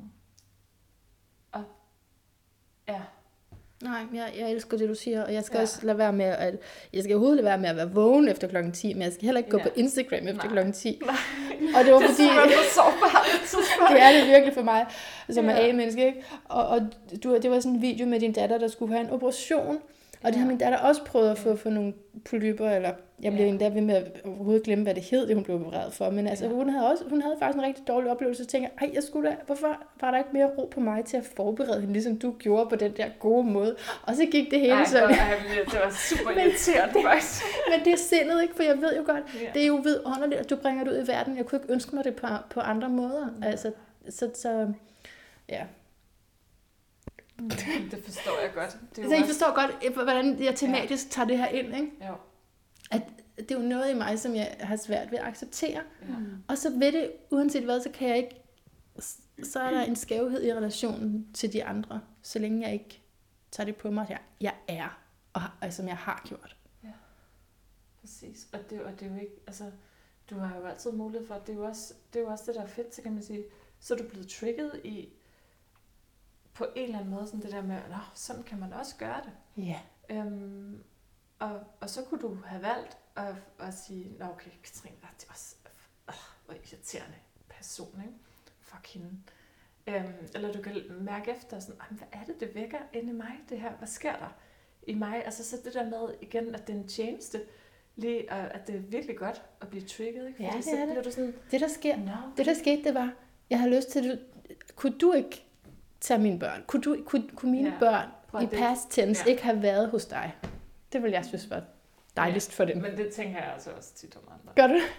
og ja, Nej, jeg, jeg elsker det, du siger, og jeg skal Ja. ja. også lade være med at, jeg skal overhovedet lade være med at være vågen efter klokken ti, men jeg skal heller ikke gå Ja. på Instagram efter Nej. klokken ti. Og det var det er fordi, simpelthen så sårbart. det er det virkelig for mig, som er Ja. A-menneske, ikke? Og, og du, det var sådan en video med din datter, der skulle have en operation, og det Ja. har min datter også prøvet at få Ja. for nogle polypper, eller jeg blev Ja. endda ved med at overhovedet glemme, hvad det hed, det hun blev opereret for. Men altså, Ja. hun havde også, hun havde faktisk en rigtig dårlig oplevelse, og tænkte, ej, jeg skulle da, hvorfor var der ikke mere ro på mig til at forberede hende, ligesom du gjorde på den der gode måde. Og så gik det hele Ej, sådan. hvor- ej, det var super irriterende, faktisk. Men det er sindet, ikke? For jeg ved jo godt, Ja. det er jo vidunderligt, at du bringer det ud i verden. Jeg kunne ikke ønske mig det på, på andre måder. Altså, så, så ja. Det forstår jeg godt. Det er Så jo I også, forstår godt, hvordan jeg tematisk tager det her ind, ikke? jo, At det er jo noget i mig, som jeg har svært ved at acceptere. ja. Og så ved det, uanset hvad, så kan jeg ikke, så er der en skævhed i relationen til de andre, så længe jeg ikke tager det på mig, at jeg, jeg er, og, og som jeg har gjort. Præcis. Og det, og det er jo ikke, altså, du har jo altid mulighed for, det er jo også det, er jo også det der er fedt, så kan man sige, så er du blevet trigget i, på en eller anden måde, sådan det der med, nå, sådan kan man også gøre det. Ja. Øhm, og, og så kunne du have valgt at, at sige, nå okay, Katrine, det er også, øh, hvor irriterende person, ikke? Fuck hende. Øhm, eller du kan mærke efter, sådan, hvad er det, det vækker inde i mig, det her? Hvad sker der i mig? Altså så det der med igen, at det er en tjeneste, lige, og at det er virkelig godt at blive trigget, ikke? Ja, det så er det. bliver du sådan, Det der sker, nå, det der skete, det var, jeg har lyst til, kunne du ikke tage mine børn? Kunne, du, kunne, kunne mine Ja. børn Prøv i at det- past tense ja. ikke have været hos dig? Det vil jeg synes var dejligst for dem. men det tænker jeg altså også tit om andre. Gør du det?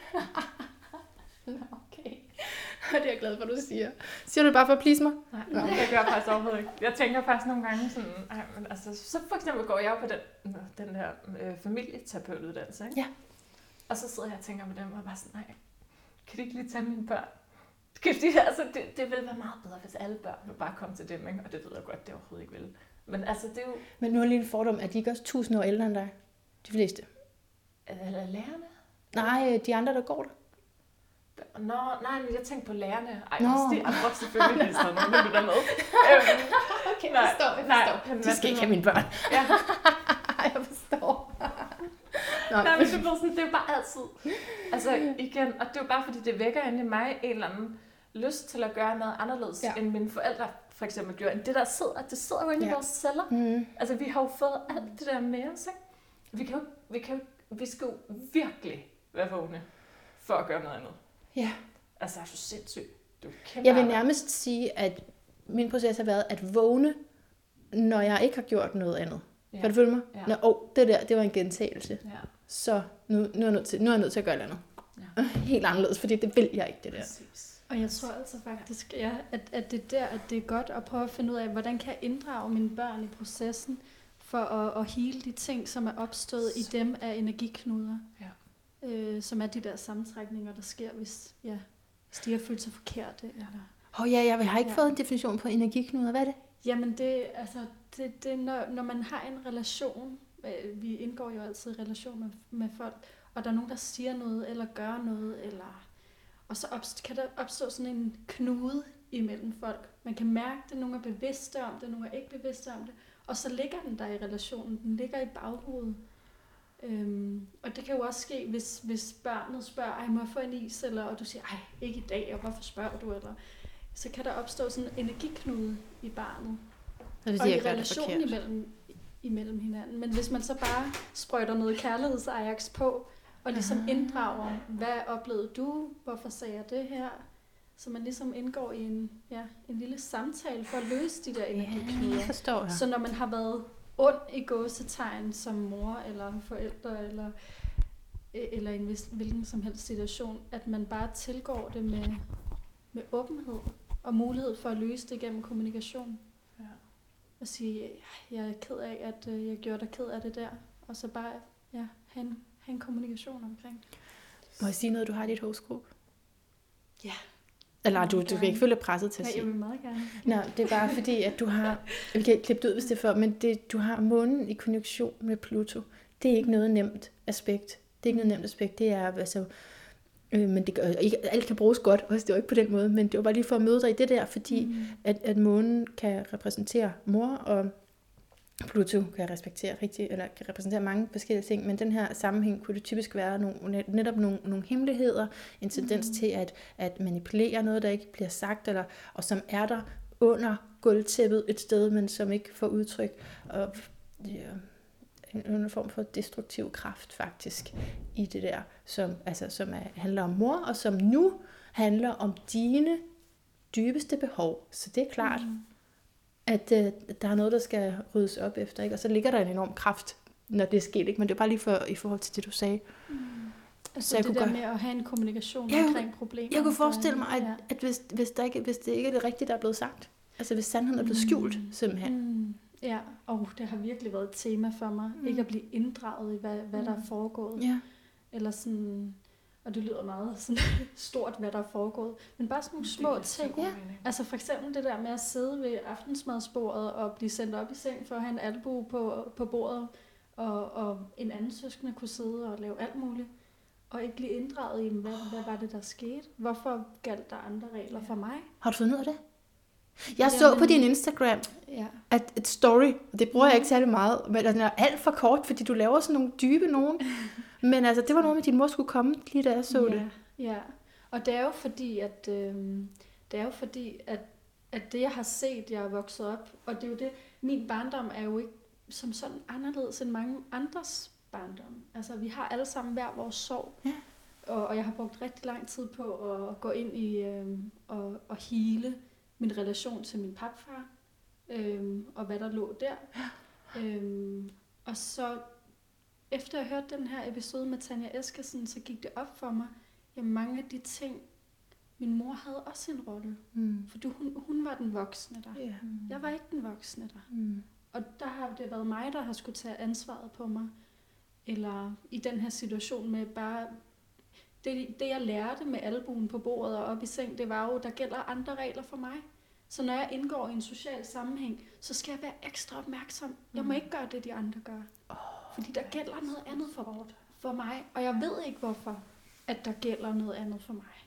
Nå, okay. Det er jeg glad for, du siger. Siger du det bare for at please mig? Nej, det gør jeg faktisk overhovedet ikke. Jeg tænker faktisk nogle gange sådan, ej, men altså, så for eksempel går jeg jo på den, den her øh, familieterapeutuddannelse, ikke? Ja. Og så sidder jeg og tænker med dem, og bare sådan, nej, kan de ikke lige tage mine børn? Kan de, altså, det, det ville være meget bedre, hvis alle børn nu bare kom til dem, ikke? Og det ved jeg godt, det overhovedet ikke vil. Men altså, det er jo, Men nu er lige en fordom, at de ikke også tusind år ældre end dig? De fleste. eller lærerne? Nej, de andre, der går der. Nå, nej, men jeg tænker på lærerne. Ej, Nå. Nå. det er selvfølgelig, hvis der er nogen, der lytter med. Øhm, Okay, nej, jeg forstår, jeg nej, forstår. men De skal hvad- ikke have mine børn. ja. Jeg forstår. Nå, Nej, men det er, sådan, det er jo bare altid. Altså igen, og det er jo bare fordi, det vækker inde i mig en eller anden lyst til at gøre noget anderledes, Ja. ja. end mine forældre for eksempel gjorde. End det der sidder, det sidder jo inde Ja. i vores celler. mm. Altså vi har jo fået alt det der med os, ikke? Vi kan jo, vi kan jo, vi skal jo virkelig være vågne for at gøre noget andet. Ja. Altså er du sindssyg? Du er kæmpe Jeg vil arbejde. nærmest sige, at min proces har været at vågne, når jeg ikke har gjort noget andet. Ja. Kan du følge mig? Ja. Nå, oh, det der, det var en gentagelse. Ja, Så nu, nu, er jeg nødt til, nu er jeg nødt til at gøre noget andet. Ja. Helt anderledes, fordi det vil jeg ikke, det der. præcis. Og jeg tror altså faktisk, ja, at, at det er der, at det er godt at prøve at finde ud af, hvordan kan jeg inddrage mine børn i processen, for at, at hele de ting, som er opstået i dem af energiknuder. Ja. Øh, som er de der sammentrækninger, der sker, hvis, ja, hvis de har følt sig forkerte. Eller... Åh oh, ja, jeg har ikke Ja. fået en definition på energiknuder. Hvad er det? Jamen det, altså, det, det er, når, når man har en relation, øh, vi indgår jo altid i relation med, med folk, og der er nogen, der siger noget, eller gør noget, eller... og så opst- kan der opstå sådan en knude imellem folk. Man kan mærke det, nogen er bevidste om det, nogen er ikke bevidste om det, og så ligger den der i relationen, den ligger i baghovedet. Øhm, og det kan jo også ske, hvis, hvis børnet spørger, ej, må jeg få en is, eller, og du siger, ej, ikke i dag, og hvorfor spørger du, eller... så kan der opstå sådan en energiknude i barnet, og, og i relationen imellem, imellem hinanden. Men hvis man så bare sprøjter noget kærligheds-Ajax på, og ligesom Aha. inddrager, hvad oplevede du, hvorfor sagde jeg det her, så man ligesom indgår i en, ja, en lille samtale for at løse de der energiknuder. Ja, forstår jeg. Så når man har været ond i gåsetegn som mor eller forældre, eller, eller i en vis, hvilken som helst situation, at man bare tilgår det med, med åbenhed og mulighed for at løse det gennem kommunikation. Ja. Og sige, jeg er ked af, at jeg gjorde dig ked af det der, og så bare ja, have, en, have en kommunikation omkring. Må jeg sige noget, du har i dit horoskop? Ja. Eller du, du kan ikke føle dig presset til at Nej, sige. jeg vil meget gerne. Nå, det er bare fordi, at du har... Vi kan klippe det ud, hvis det er for, men det, du har månen i konjunktion med Pluto. Det er ikke noget nemt aspekt. Det er ikke noget nemt aspekt. Det er altså... Øh, men det gør, ikke, alt kan bruges godt, også det var ikke på den måde, men det var bare lige for at møde dig i det der, fordi mm. at, at månen kan repræsentere mor, og Pluto kan respektere rigtig, eller kan repræsentere mange forskellige ting, men den her sammenhæng kunne det typisk være nogle, netop nogle, nogle hemmeligheder, en tendens mm. til at, at manipulere noget, der ikke bliver sagt, eller, og som er der under gulvtæppet et sted, men som ikke får udtryk, og ja, en, en form for destruktiv kraft faktisk i det der, som, altså, som er, handler om mor, og som nu handler om dine dybeste behov. Så det er klart, mm. at øh, der er noget, der skal ryddes op efter, ikke? Og så ligger der en enorm kraft, når det er sket, ikke? Men det er bare lige for, i forhold til det, du sagde. Mm. Altså så jeg det kunne der godt... med at have en kommunikation jeg, omkring problemer. Jeg kunne forestille mig, at, ja. at hvis, hvis, der ikke, hvis det ikke er det rigtige, der er blevet sagt, altså hvis sandheden er blevet skjult, mm. simpelthen. Mm. Ja, og det har virkelig været et tema for mig, mm. ikke at blive inddraget i, hvad, hvad der er foregået. Ja. Eller sådan, og det lyder meget sådan stort, hvad der er foregået, men bare sådan nogle små ting. Ja. Altså for eksempel det der med at sidde ved aftensmadsbordet og blive sendt op i seng for at have en albue på, på bordet, og, og en anden søskende kunne sidde og lave alt muligt, og ikke blive inddraget i, hvad, hvad var det, der skete? Hvorfor galt der andre regler ja. for mig? Har du fundet ud af det? Jeg så på din Instagram, ja. at et story, det bruger jeg ikke særlig meget, men den er alt for kort, fordi du laver sådan nogle dybe nogen. Men altså, det var noget med, at din mor skulle komme, lige da jeg så ja, det. Ja, og det er jo fordi, at, øh, det er jo fordi, at, at det, jeg har set, jeg er vokset op, og det er jo det, min barndom er jo ikke som sådan anderledes end mange andres barndom. Altså, vi har alle sammen hver vores sorg, ja. og, og jeg har brugt rigtig lang tid på at gå ind i øh, og, og hele min relation til min papfar, øhm, og hvad der lå der. Øhm, og så, efter jeg hørte den her episode med Tanja Eskesen, så gik det op for mig, at mange af de ting, min mor havde også en rolle. Mm. For du, hun, hun var den voksne der. Yeah. Mm. Jeg var ikke den voksne der. Mm. Og der har det været mig, der har skulle tage ansvaret på mig. Eller i den her situation med bare... Det, det jeg lærte med albuen på bordet og op i seng, det var jo, der gælder andre regler for mig. Så når jeg indgår i en social sammenhæng, så skal jeg være ekstra opmærksom. Jeg må ikke gøre det, de andre gør. Oh, fordi der gælder noget andet for, for mig. Og jeg ved ikke, hvorfor, at der gælder noget andet for mig.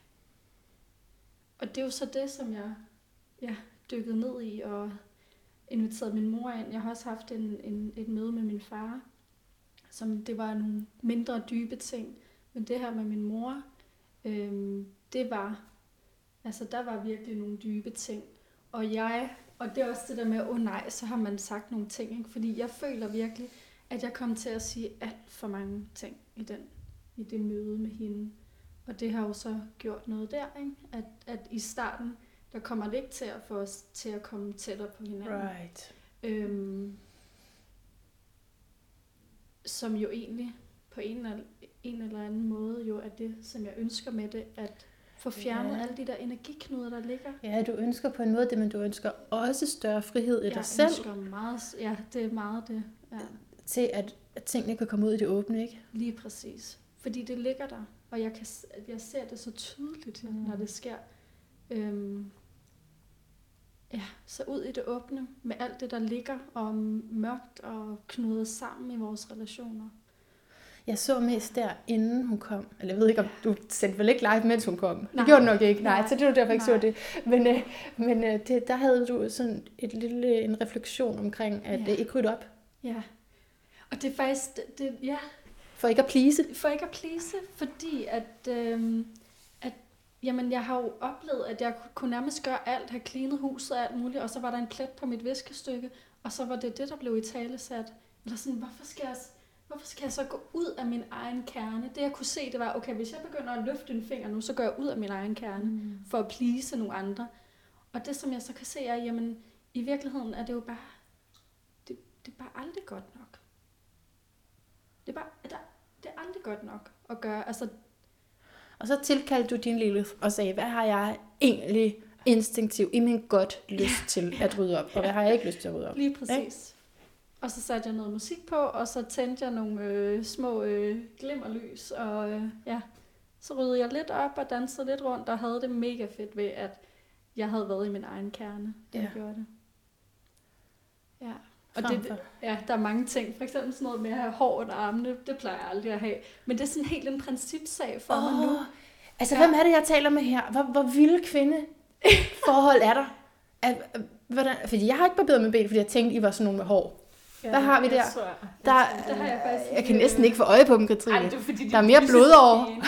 Og det er jo så det, som jeg ja, dykkede ned i og inviterede min mor ind. Jeg har også haft en, en, et møde med min far, som det var nogle mindre dybe ting. Men det her med min mor, øhm, det var, altså der var virkelig nogle dybe ting. Og jeg, og det er også det der med, åh oh nej, så har man sagt nogle ting, ikke? Fordi jeg føler virkelig, at jeg kom til at sige alt for mange ting i, den, i det møde med hende. Og det har jo så gjort noget der, ikke? At, at i starten, der kommer det ikke til at få os til at komme tættere på hinanden. Right. Øhm, som jo egentlig på en eller, en eller anden måde jo er det, som jeg ønsker med det, at få fjernet ja. alle de der energiknuder, der ligger. Ja, du ønsker på en måde det, men du ønsker også større frihed i jeg dig selv. Jeg ønsker meget, ja, det er meget det. Ja. Til at, at tingene kan komme ud i det åbne, ikke? Lige præcis. Fordi det ligger der, og jeg, kan, jeg ser det så tydeligt, mm. når det sker. Øhm, ja, så ud i det åbne, med alt det, der ligger, og mørkt og knudet sammen i vores relationer. Jeg så mest der, inden hun kom. Eller jeg ved ikke, om du sendte vel ikke live, mens hun kom. Nej. Det gjorde du nok ikke. Nej, Nej. så det var derfor, jeg ikke Nej. så det. Men, øh, men øh, det, der havde du sådan et lille, en refleksion omkring, at Ja. det ikke rydde op. Ja. Og det er faktisk, det, det, ja, For ikke at please. for ikke at please, fordi at, øhm, at jamen, jeg har jo oplevet, at jeg kunne nærmest gøre alt, have cleanet huset og alt muligt, og så var der en plet på mit viskestykke, og så var det det, der blev italesat. Eller sådan, hvorfor skal jeg, hvorfor skal jeg så gå ud af min egen kerne? Det jeg kunne se, det var, okay, hvis jeg begynder at løfte en finger nu, så går jeg ud af min egen kerne, mm. for at please nogle andre. Og det, som jeg så kan se, er, jamen, i virkeligheden er det jo bare, det, det er bare aldrig godt nok. Det er bare, det er, det er aldrig godt nok at gøre. Altså, Og så tilkaldte du din Lilith og sagde, hvad har jeg egentlig instinktivt i min godt lyst til at rydde op, og hvad har jeg ikke lyst til at rydde op? lige præcis. Og så satte jeg noget musik på, og så tændte jeg nogle øh, små øh, glimmerlys, og øh, ja, så ryddede jeg lidt op og dansede lidt rundt, og havde det mega fedt ved, at jeg havde været i min egen kerne, da jeg Ja. gjorde det. Ja. Og Frem det, for. ja, der er mange ting. For eksempel sådan noget med at have hår under armene, det plejer jeg aldrig at have. Men det er sådan helt en principsag for oh. mig nu. Altså, Ja. hvem er det, jeg taler med her? Hvor, hvor vilde kvindeforhold er der? At, hvordan, fordi jeg har ikke barberet med ben, fordi jeg tænkte, I var sådan nogle med hår. Ja, Hvad har vi der? Jeg tror, jeg. Der, det har jeg faktisk jeg kan ikke- næsten ikke få øje på dem, Katrine. Ej, det er fordi, de Der er mere de blod så over. fine.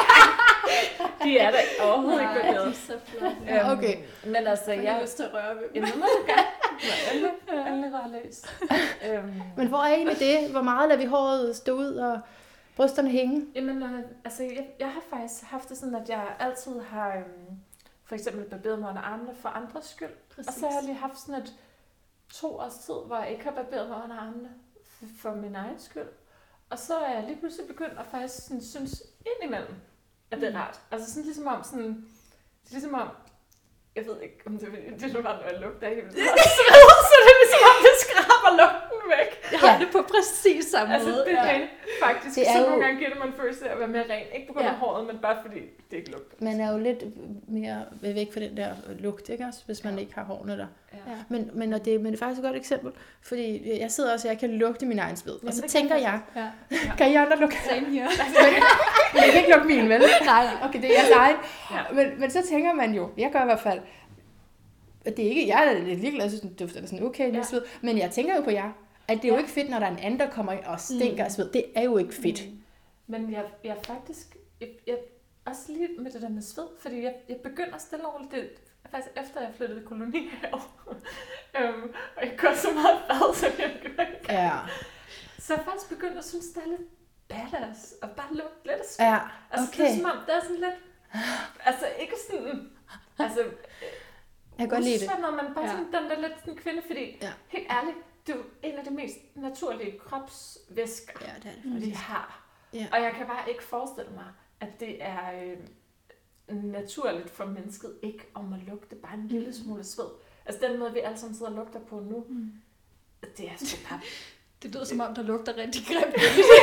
De er der overhovedet ikke Nej, de er barberet. så flotte. Ja, okay. Men altså, Jeg har jeg... lyst til at røre ved dem. Jamen, nu må du gerne. Alle, alle rør løs. Øhm, Men hvor er I med det? Hvor meget lader vi håret stå ud og brysterne hænge? Jamen, øh, altså, jeg, jeg har faktisk haft det sådan, at jeg altid har øhm, for eksempel barberet mig under armene for andres skyld. Præcis. Og så har jeg lige haft sådan et to års tid, hvor jeg ikke har barberet mig under armene for, for min egen skyld. Og så er jeg lige pludselig begyndt at faktisk sådan, synes indimellem, at det er rart. Altså sådan ligesom om sådan, det er ligesom om, jeg ved ikke, om det er det, er bare, når jeg lugter af helt så det er ligesom om, det skraber lugten væk. Jeg har det på præcis samme Altså, måde. det er rent, faktisk. Det er så jo- nogle gange giver det mig en følelse af at være mere ren. Ikke på grund af Ja. håret, men bare fordi det ikke lugter. Man er jo lidt mere væk fra den der lugt, ikke også? Hvis man Ja. ikke har hårene der. Ja. Ja. Men, men, og det, men det er faktisk et godt eksempel, fordi jeg sidder også, og jeg kan lugte min egen sved. Og Jamen, så det kan tænker jeg jeg, Ja. kan I andre lugte? Same here. Men jeg kan ikke lugte min, vel? Nej, nej. Okay, det er jeres egen. Ja. Men, men så tænker man jo, jeg gør i hvert fald, at det er ikke, jeg er lidt ligeglad, jeg synes, den dufter sådan okay, lidt Ja. sved. Men jeg tænker jo på jer, at det er jo Ja. ikke fedt, når der er en anden, der kommer ind og stinker af sved. Det er jo ikke fedt. Mm. Men jeg, jeg faktisk, jeg, jeg, også lige med det der med sved, fordi jeg, jeg begynder stille og roligt, det er faktisk efter jeg flyttede i kolonihave, øhm, og jeg går så meget bad, som jeg gør ikke. Ja. Så jeg faktisk begyndt at synes, det er lidt badass, og bare lugte lidt af sved. Ja, Altså, det er okay. som om, det er sådan lidt, altså ikke sådan, altså, Jeg kan godt lide det. Når man bare Ja. sådan, den der lidt sådan kvinde, fordi Ja. helt ærligt, det er jo en af de mest naturlige kropsvæsker, Ja, det er det vi faktisk. har. Ja. Og jeg kan bare ikke forestille mig, at det er øh, naturligt for mennesket ikke om at lugte bare en lille smule sved. Altså den måde, vi alle sammen sidder og lugter på nu, Mm. det er sgu bare... Det lyder som om, der lugter rigtig grimt.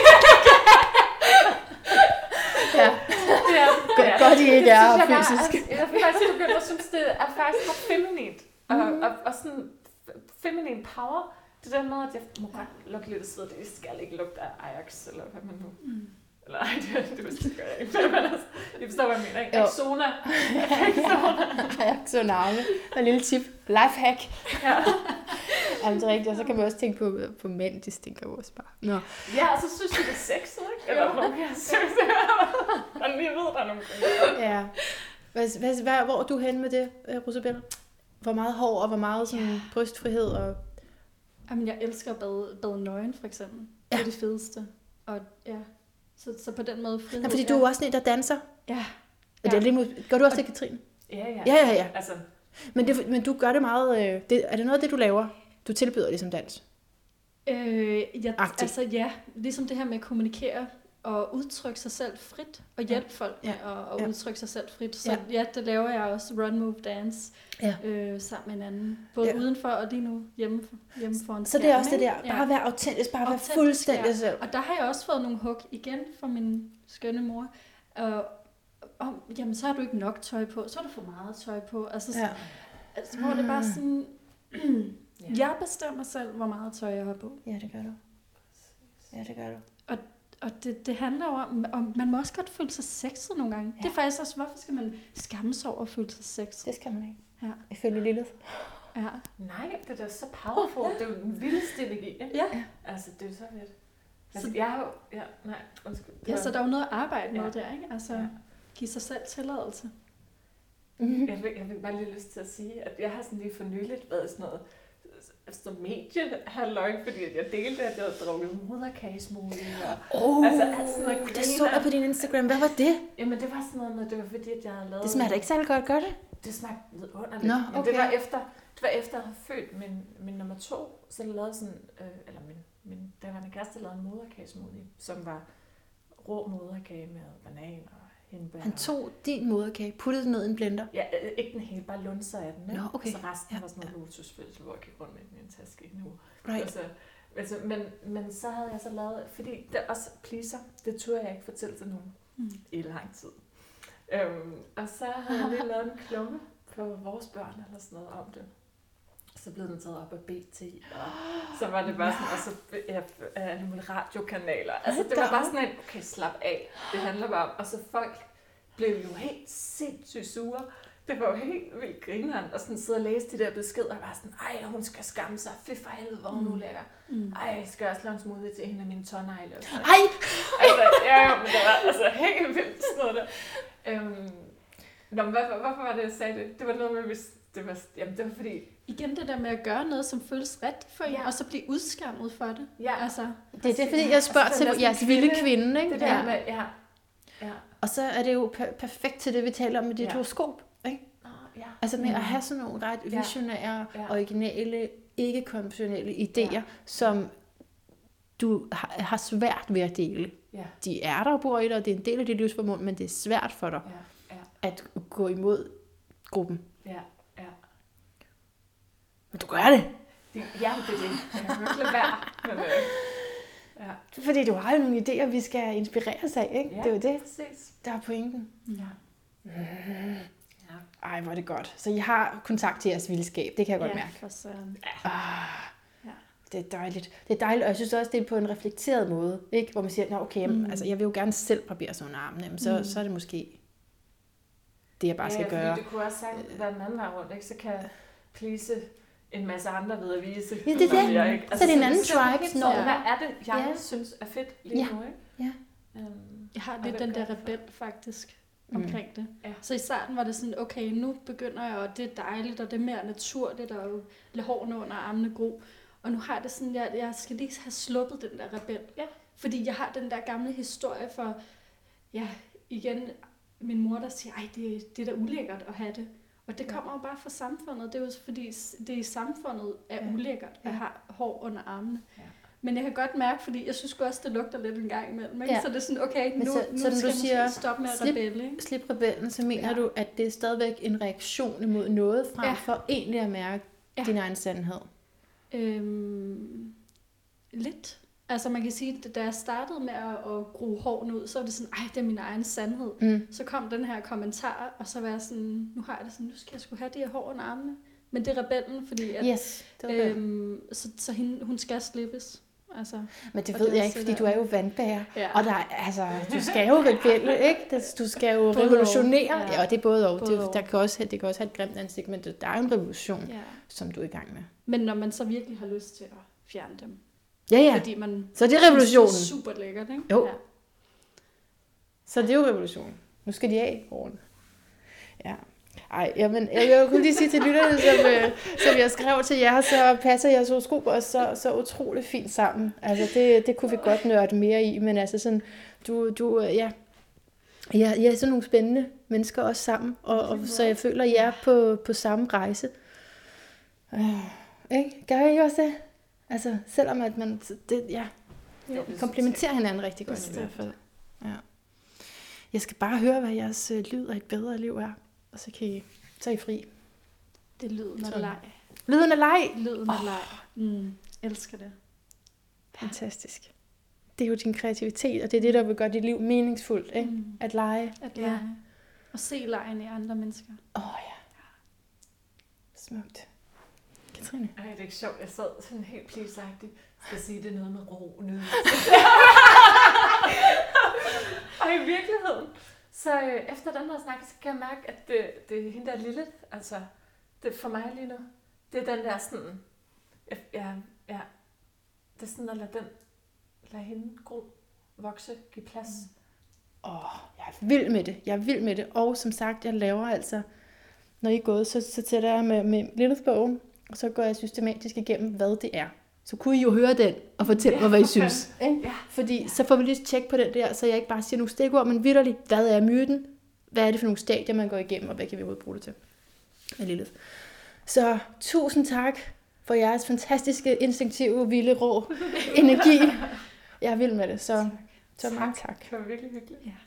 Ja. Ja, Godt, godt, I ikke er synes jeg bare, fysisk. altså, jeg har faktisk begyndt at synes, det er faktisk ret feminint. Og, Mhm. og, og sådan feminin power. Det der med, at jeg må godt lugte lidt af sved. Det skal ikke lugte af Ajax, eller hvad man nu... Mm. Eller ej, det, det, det gør jeg ikke. Men altså, I forstår, hvad jeg mener, ikke? Jo. Axona. Axona. Ja, så navne. Og en lille tip. Lifehack. Ja. Jamen, det er rigtigt. Og så kan man også tænke på, på mænd, de stinker jo også bare. Nå. Ja, og så synes jeg, det er sexet, ikke? Eller nogen, jeg synes, og lige ved, der er nogle Ja. Hvad, hvad, hvad, hvor er du henne med det, øh, Rosabelle? Hvor meget hår og hvor meget sådan, Ja. brystfrihed? Og... Jamen, jeg elsker at bade, bade nøgen, for eksempel. Ja. Det er det fedeste. Og ja, så, så på den måde frihed. Nå, fordi ja. du er jo også en, der danser. Ja. Ja. Det er lige, mod- gør du også det, Katrine? Ja, ja. Ja, ja, ja. Altså, Men, det, men du gør det meget... Øh, det, er det noget af det, du laver? Du tilbyder det som dans? Øh, ja, Agtigt. altså ja, ligesom det her med at kommunikere og udtrykke sig selv frit, og hjælpe folk med Ja. at, at Ja. udtrykke sig selv frit. Så Ja. ja, det laver jeg også, Run, Move, Dance, Ja. øh, sammen med en anden. Både Ja. ja. udenfor og lige nu hjemme, hjemme foran Så det er også det skærmen, der. ikke? Bare være autentisk. Bare være Autentisk, fuldstændig ja. selv. Og der har jeg også fået nogle hug igen fra min skønne mor. Og om, jamen, så har du ikke nok tøj på, så har du for meget tøj på. Altså, Ja. ja. altså hvor det bare sådan, ja. jeg bestemmer selv, hvor meget tøj jeg har på. Ja, det gør du. Ja, det gør du. og det, det handler jo om, om, man må også godt føle sig sexet nogle gange. Ja. Det er faktisk også, hvorfor skal man skamme sig over at føle sig sexet? Det skal man ikke. Ja. Ifølge Lilith. Ja. Nej, det er da så powerful. Det er jo den vildeste energi, ikke? Ja. Altså, det er jo så vildt. Altså, jeg har jo... Ja, nej, undskyld. Ja, så der er jo noget at arbejde med Ja. der, ikke? Altså, Ja. give sig selv tilladelse. Mm-hmm. Jeg fik, jeg fik bare lige lyst til at sige, at jeg har sådan lige for nyligt været sådan noget som medie-halløj, fordi at jeg delte, at jeg havde drukket moderkagesmoothie. Og, Oh, altså, alt sådan noget det så jeg på din Instagram. Hvad var det? Jamen, det var sådan noget med, det var fordi, at jeg havde lavet... Det smager da ikke særlig godt, gør det? Det smagte vidunderligt. Nå, Men okay. det var efter, det var efter, jeg havde født min, min nummer to, så jeg lavede sådan, øh, eller min, min daværende kæreste lavede en moderkagesmoothie, som var rå moderkage med banan og hindbær. Han tog din moderkage, puttede den ned i en blender. Ja, øh, ikke den hele, bare lunser af den. Ikke? Nå, okay. Så resten Ja, var sådan noget ja. lotusfølelse, hvor jeg gik rundt med den i en taske nu. Right. Altså, altså, men, men så havde jeg så lavet, fordi det også pleaser, det turde jeg ikke fortælle til nogen Mm. i lang tid. Øhm, og så havde jeg lige lavet en klumme på vores børn eller sådan noget om det. Så blev den taget op af B T, og så var det bare sådan, og så ja, alle mulige radiokanaler. Altså det var bare sådan en, okay, slap af, det handler bare om. Og så folk blev jo helt sindssygt sure. Det var jo helt vildt grineren, og sådan sidde og læse de der beskeder, og bare sådan, ej, hun skal skamme sig, fy for helvede, hvor hun nu lækker. Mm. Ej, jeg skal også lave en smoothie til en af mine tårnegle. Ej! Altså, ja, jo, men det var altså helt vildt sådan noget der. Øhm, nå, men hvorfor, hvorfor var det, jeg sagde det? Det var noget med, hvis det var, jamen, det var fordi... Igen det der med at gøre noget, som føles rigtigt for en, Ja. og så blive udskammet for det. Ja, Altså, Det er det, fordi jeg spørger Altså, den til der jeres sådan vilde kvinde- kvinde, ikke? det der Ja. med, ja. Ja. Og så er det jo per- perfekt til det, vi taler om med dit Ja. horoskop, ikke? Nå, ja. Altså med Mm. at have sådan nogle ret Ja. visionære, Ja. originale, ikke-konventionelle idéer, Ja. som du har, har svært ved at dele. Ja, De er der og bor i dig, og det er en del af dit livsformål, men det er svært for dig ja, ja, at gå imod gruppen. ja, ja. Men du gør det, Det, ja, det er det. Jeg kan jo ikke lade være. Men, øh, ja. fordi du har jo nogle idéer, vi skal inspireres af, ikke? Ja, Det er jo det, præcis. der er pointen. Ja. Ja. Ej, hvor er det godt. Så I har kontakt til jeres vildskab, det kan jeg godt ja, mærke. for sådan. Ah, Ja. det er dejligt. Det er dejligt, og jeg synes også, det er på en reflekteret måde, ikke? Hvor man siger, nå okay, mm. altså, jeg vil jo gerne selv barbere sådan nogle arme, men så, Mm. så er det måske det, jeg bare skal ja, gøre. Fordi det kunne også sagt være den anden vej rundt, ikke? Så kan jeg please en masse andre ved at vise. Ja, det er som det. jeg ikke- Så er det en anden simpelthen tribes helt norm. sådan, Hvad er det, jeg Ja. synes er fedt lige Ja. nu, ikke? Ja. Øhm, Jeg har og lidt hvem den der gør det for? rebel faktisk Mm. omkring det. Ja. Så i starten var det sådan, okay, nu begynder jeg, og det er dejligt, og det er mere naturligt, og lidt hårene under armene gro. Og nu har jeg det sådan, jeg, jeg skal lige have sluppet den der rebel. Ja. Fordi jeg har den der gamle historie for, ja, igen, min mor, der siger, ej, det, det er da ulækkert at have det. Og det kommer jo bare fra samfundet. Det er jo fordi, det i samfundet er Ja. ulækkert at Ja. have hår under armene. Ja. Men jeg kan godt mærke, fordi jeg synes også, det lugter lidt en gang imellem. Ikke? Ja. Så det er sådan, okay, Men nu, så- nu så når skal du jeg siger, måske stoppe med at slip- rebelle. Ikke? Slip rebellen, så mener Ja. du, at det er stadigvæk en reaktion imod noget, frem Ja. for egentlig at mærke Ja. din egen sandhed. Øhm, lidt. Altså man kan sige, at da jeg startede med at, at gro hårene ud, så var det sådan, ej, det er min egen sandhed. Mm. Så kom den her kommentar, og så var jeg sådan, nu har jeg det sådan, nu skal jeg sgu have de her hår under armene. Men det er rebellen, fordi at, Yes, det var det. øhm, så, så hende, hun skal slippes. Altså, Men det og ved det er jeg også ikke, det fordi der- du er jo vandbærer. ja. Og der er, altså, du skal jo rebelle, ikke? Det- Du skal jo Både revolutionere. og, ja. Ja, og det er både og. Både Det, og. der kan også, det kan også have et grimt ansigt, men det, der er jo en revolution, ja. som du er i gang med. Men når man så virkelig har lyst til at fjerne dem, Ja, ja. fordi man Så er det synes, revolutionen. det er super lækkert, ikke? Jo. Ja. Så det er jo revolution. Nu skal de af hårene. Ja. Ej, jamen, jeg vil jo kun lige sige til lytterne, som, øh, som jeg skrev til jer, så passer jeres horoskop også så, så utroligt fint sammen. Altså, det, det kunne vi godt nørde mere i, men altså sådan, du, du øh, ja, ja, I er sådan nogle spændende mennesker også sammen, og, og så jeg føler, at I er på, på samme rejse. Øh, ikke? Gør I også det? Altså, selvom at man, det, ja, Jo, komplementerer hinanden rigtig godt i hvert fald. Ja. Jeg skal bare høre, hvad jeres øh, lyd af et bedre liv er, og så kan I, så er I fri. Det er lyden af Sådan. leg. Lyden af leg! Lyden af leg. Mm, elsker det. Fantastisk. Det er jo din kreativitet, og det er det, der vil gøre dit liv meningsfuldt, ikke? Mm. At lege. At Ja. lege. Og se lejen i andre mennesker. Åh oh, ja. Smukt. Katrine? Ej, det er ikke sjovt. Jeg sad sådan helt please-agtigt. Skal sige, det er noget med ro, nydelse. Og i virkeligheden, så øh, efter den her snak, så kan jeg mærke, at det, det er hende der lille, altså det for mig lige nu, det er den der sådan, ja, ja, det er sådan at lade den, lade hende gro, vokse, give plads. Åh, oh, jeg er vild med det, jeg er vild med det, og som sagt, jeg laver altså, når I er gået, så, så tætter jeg med, med Lilith-bogen, og så går jeg systematisk igennem, hvad det er. Så kunne I jo høre den, og fortælle ja. mig, hvad I synes. Ikke? Ja. Fordi så får vi lige tjek på den der, så jeg ikke bare siger nogle stikord, men vitterligt, hvad er myten? Hvad er det for nogle stadier, man går igennem, og hvad kan vi overhovedet bruge det til? Med Lilith. Så tusind tak for jeres fantastiske, instinktive, vilde, rå energi. Jeg er vild med det, så, så mange tak. Det var virkelig hyggeligt. Ja.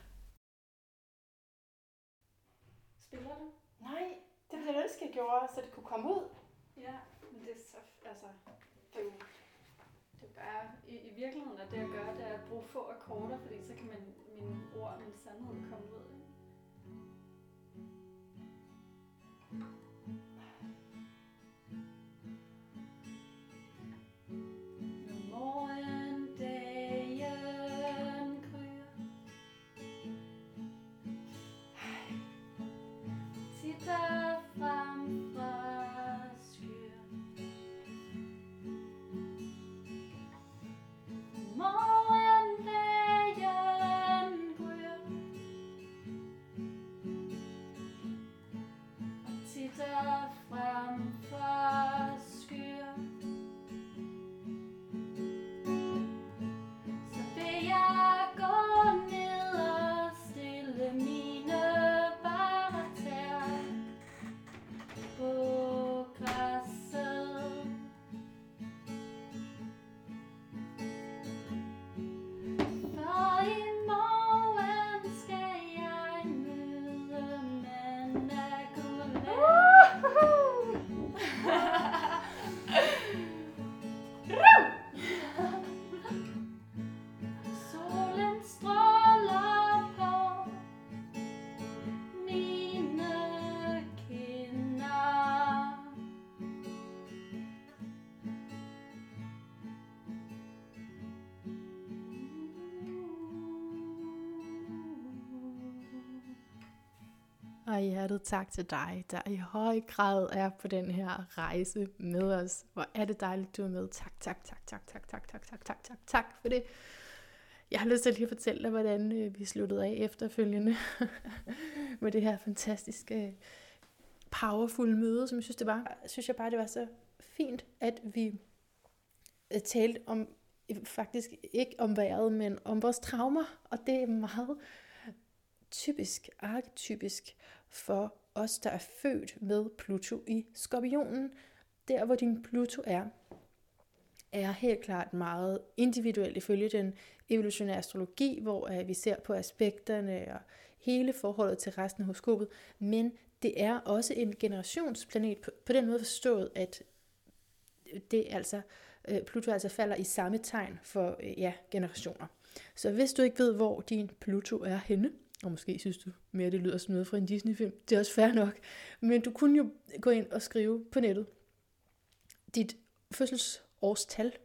Spiller du? Nej, det ville jeg ønske, jeg gjorde, så det kunne komme ud. Ja, men det er så, altså, det er jo, det er bare, i, i virkeligheden er det at gøre, det er at bruge få akkorder, fordi så kan man, mine ord, min sandhed komme ud. Ikke? Og hjertet tak til dig, der i høj grad er på den her rejse med os. Hvor er det dejligt, du er med. Tak, tak, tak, tak, tak, tak, tak, tak, tak, tak, tak for det. Jeg har lyst til at lige fortælle dig, hvordan øh, vi sluttede af efterfølgende med det her fantastiske, powerful møde, som jeg synes, det var. Jeg synes jeg bare, det var så fint, at vi talte om, faktisk ikke om vejret, men om vores traumer. Og det er meget typisk, arketypisk for os, der er født med Pluto i Skorpionen. Der, hvor din Pluto er, er helt klart meget individuelt ifølge den evolutionære astrologi, hvor uh, vi ser på aspekterne og hele forholdet til resten af horoskopet, men det er også en generationsplanet på, på den måde forstået, at det altså, uh, Pluto altså falder i samme tegn for uh, ja, generationer. Så hvis du ikke ved, hvor din Pluto er henne, og måske synes du mere, det lyder som noget fra en Disney-film, det er også fair nok, men du kunne jo gå ind og skrive på nettet dit fødselsårstal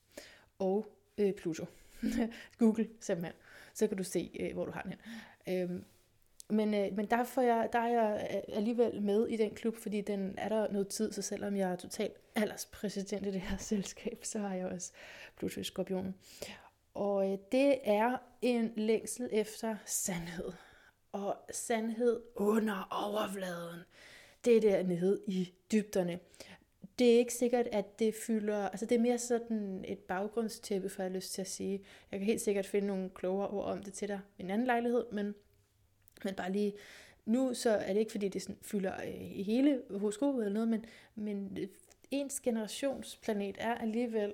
og øh, Pluto. Google simpelthen, så kan du se, øh, hvor du har den hen. Øhm, men øh, men der, jeg, der er jeg alligevel med i den klub, fordi den er der noget tid, så selvom jeg er totalt alderspræsident i det her selskab, så har jeg også Pluto i Skorpionen. Og øh, det er en længsel efter sandhed. Og sandhed under overfladen. Det er dernede i dybderne. Det er ikke sikkert, at det fylder... Altså det er mere sådan et baggrundstæppe, for jeg har lyst til at sige. Jeg kan helt sikkert finde nogle klogere ord om det til dig i en anden lejlighed, men, men bare lige... Nu så er det ikke, fordi det sådan fylder i hele horoskopet eller noget, men, men ens generationsplanet er alligevel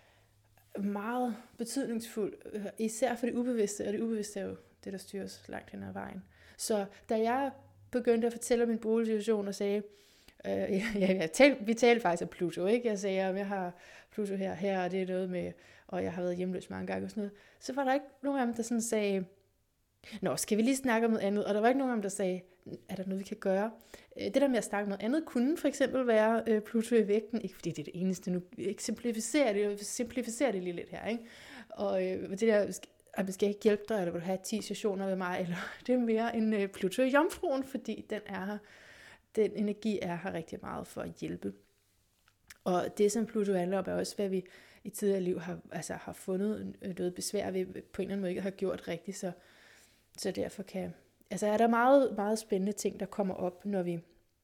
meget betydningsfuld, især for det ubevidste, og det ubevidste er jo det, der styres langt hen ad vejen. Så da jeg begyndte at fortælle om min boligsituation og sagde, øh, ja, jeg talte, vi talte faktisk om Pluto, ikke? Jeg sagde, at jeg har Pluto her, her, og det er noget med, og jeg har været hjemløs mange gange og sådan noget. Så var der ikke nogen af dem, der sådan sagde, nå, skal vi lige snakke om noget andet? Og der var ikke nogen af dem, der sagde, er der noget, vi kan gøre? Det der med at snakke om noget andet, kunne for eksempel være øh, Pluto i vægten. Ikke fordi det er det eneste, nu simplificerer det, simplificerer det lige lidt her, ikke? Og øh, det der at vi skal ikke hjælpe dig, eller vil du have ti sessioner ved mig, eller det er mere en øh, Pluto i Jomfruen, fordi den er her, den energi er her rigtig meget for at hjælpe. Og det, som Pluto handler om, er også, hvad vi i tidligere liv har, altså, har fundet noget besvær ved, på en eller anden måde ikke har gjort rigtigt, så, så derfor kan, altså er der meget, meget spændende ting, der kommer op, når vi,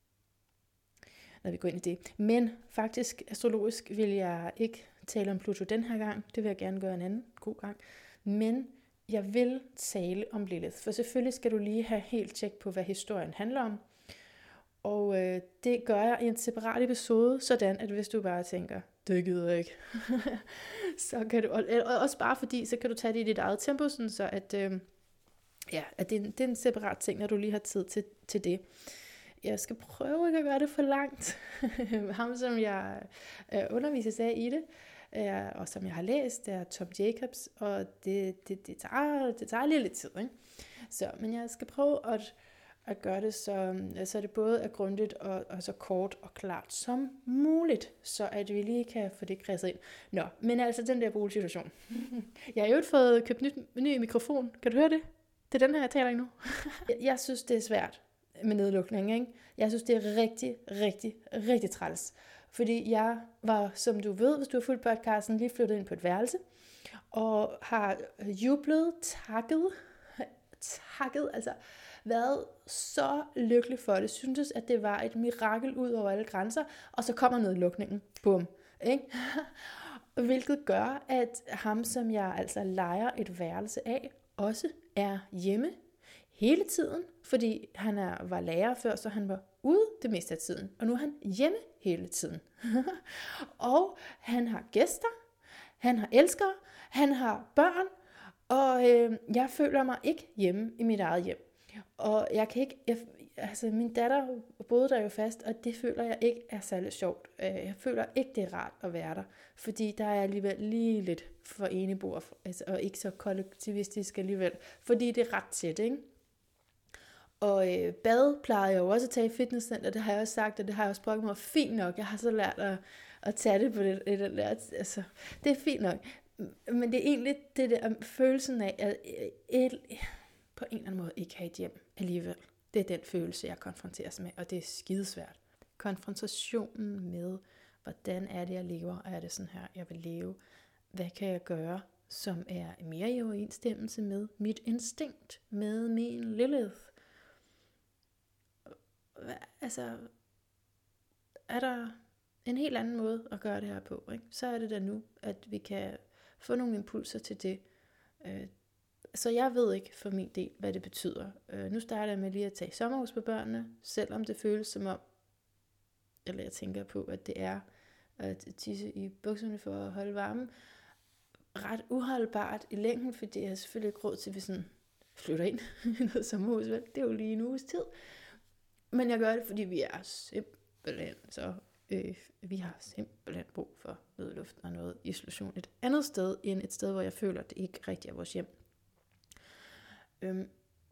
når vi går ind i det. Men faktisk, astrologisk vil jeg ikke tale om Pluto den her gang, det vil jeg gerne gøre en anden god gang, men jeg vil tale om Lilith, for selvfølgelig skal du lige have helt tjek på, hvad historien handler om. Og øh, det gør jeg i en separat episode, sådan at hvis du bare tænker, det gider jeg ikke, så kan du, og, og også bare fordi, så kan du tage det i dit eget tempo, sådan så at, øh, ja, at det, er en, det er en separat ting, når du lige har tid til, til det. Jeg skal prøve ikke at gøre det for langt. Ham, som jeg øh, undervises af i det, øh, og som jeg har læst, det er Tom Jacobs, og det, det, det, tager, det tager lige lidt tid. Ikke? Så, men jeg skal prøve at at gøre det, så, så det både er grundigt og, og så kort og klart som muligt, så at vi lige kan få det kredset ind. Nå, men altså den der boligsituation. Jeg har jo fået købt nyt, ny mikrofon. Kan du høre det? Det er den her, jeg taler i nu. jeg, jeg synes, det er svært med nedlukning, ikke? Jeg synes, det er rigtig, rigtig, rigtig træls. Fordi jeg var, som du ved, hvis du har fulgt podcasten, lige flyttet ind på et værelse, og har jublet, takket, takket, altså været så lykkelig for det, syntes, at det var et mirakel ud over alle grænser, og så kommer nedlukningen. Bum. Ikke? Hvilket gør, at ham, som jeg altså lejer et værelse af, også er hjemme hele tiden, fordi han er, var lærer før, så han var ude det meste af tiden, og nu er han hjemme hele tiden. Og han har gæster, han har elskere, han har børn, og øh, jeg føler mig ikke hjemme i mit eget hjem. Og jeg kan ikke, jeg, altså min datter boede der jo fast, og det føler jeg ikke er særlig sjovt. Jeg føler ikke, det er rart at være der, fordi der er alligevel lige lidt for eneboer, altså, og ikke så kollektivistisk alligevel, fordi det er ret tæt, ikke? Og øh, bad plejede jeg jo også at tage i fitnesscenter, det har jeg også sagt, og det har jeg også brugt mig fint nok. Jeg har så lært at, at tage det på det, det der, altså, det er fint nok. Men det er egentlig det der følelsen af, at et, på en eller anden måde ikke have et hjem alligevel. Det er den følelse, jeg konfronteres med, og det er skidesvært. Konfrontationen med, hvordan er det, jeg lever? Er det sådan her, jeg vil leve? Hvad kan jeg gøre, som er mere i overensstemmelse med mit instinkt, med min Lilith? Altså, er der en helt anden måde at gøre det her på, ikke? Så er det da nu, at vi kan få nogle impulser til det. Så jeg ved ikke for min del, hvad det betyder. Nu starter jeg med lige at tage sommerhus på børnene, selvom det føles som om, eller jeg tænker på, at det er at tisse i bukserne for at holde varmen, ret uholdbart i længden, fordi jeg har selvfølgelig ikke råd til, at vi sådan flytter ind i noget sommerhus. Vel? Det er jo lige en uges tid. Men jeg gør det, fordi vi er simpelthen så... Øh, vi har simpelthen brug for noget luft og noget isolation et andet sted, end et sted, hvor jeg føler, at det ikke rigtig er vores hjem. Øhm.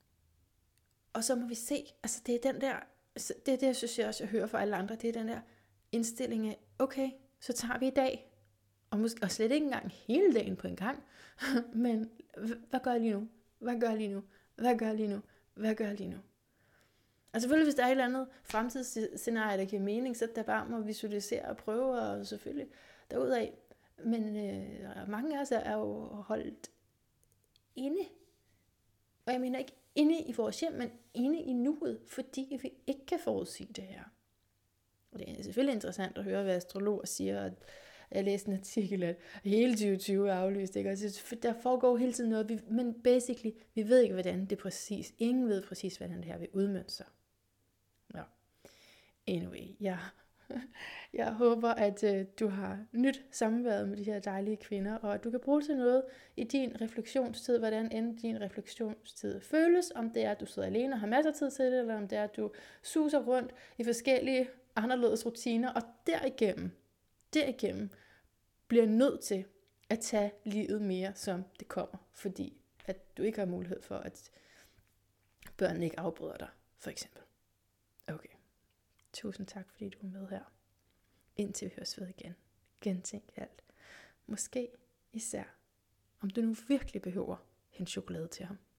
Og så må vi se, altså det er den der, det er det, jeg synes, jeg også jeg hører fra alle andre, det er den der indstilling af, okay, så tager vi i dag, og, måske, og slet ikke engang hele dagen på en gang, men hvad gør jeg lige nu? Hvad gør jeg lige nu? Hvad gør jeg lige nu? Hvad gør jeg lige nu? Og selvfølgelig, hvis der er et eller andet fremtidsscenarie, der giver mening, så der bare må visualisere og prøve, og selvfølgelig derudad. Men øh, mange af os er jo holdt inde. Og jeg mener ikke inde i vores hjem, men inde i nuet, fordi vi ikke kan forudsige det her. Og det er selvfølgelig interessant at høre, hvad astrologer siger, at jeg læste en artikel, at hele tyve tyve er aflyst, ikke? Altså, der foregår hele tiden noget, men basically, vi ved ikke, hvordan det præcis, ingen ved præcis, hvordan det her vil udmønte sig. Ja. Anyway, ja. Jeg håber, at øh, du har nyt samværet med de her dejlige kvinder, og at du kan bruge til noget i din refleksionstid, hvordan end din refleksionstid føles, om det er, at du sidder alene og har masser af tid til det, eller om det er, at du suser rundt i forskellige anderledes rutiner, og derigennem, derigennem bliver nødt til at tage livet mere, som det kommer, fordi at du ikke har mulighed for, at børnene ikke afbryder dig, for eksempel. Okay. Tusind tak, fordi du er med her. Indtil vi høres ved igen. Gentænk alt. Måske især, om du nu virkelig behøver hente chokolade til ham.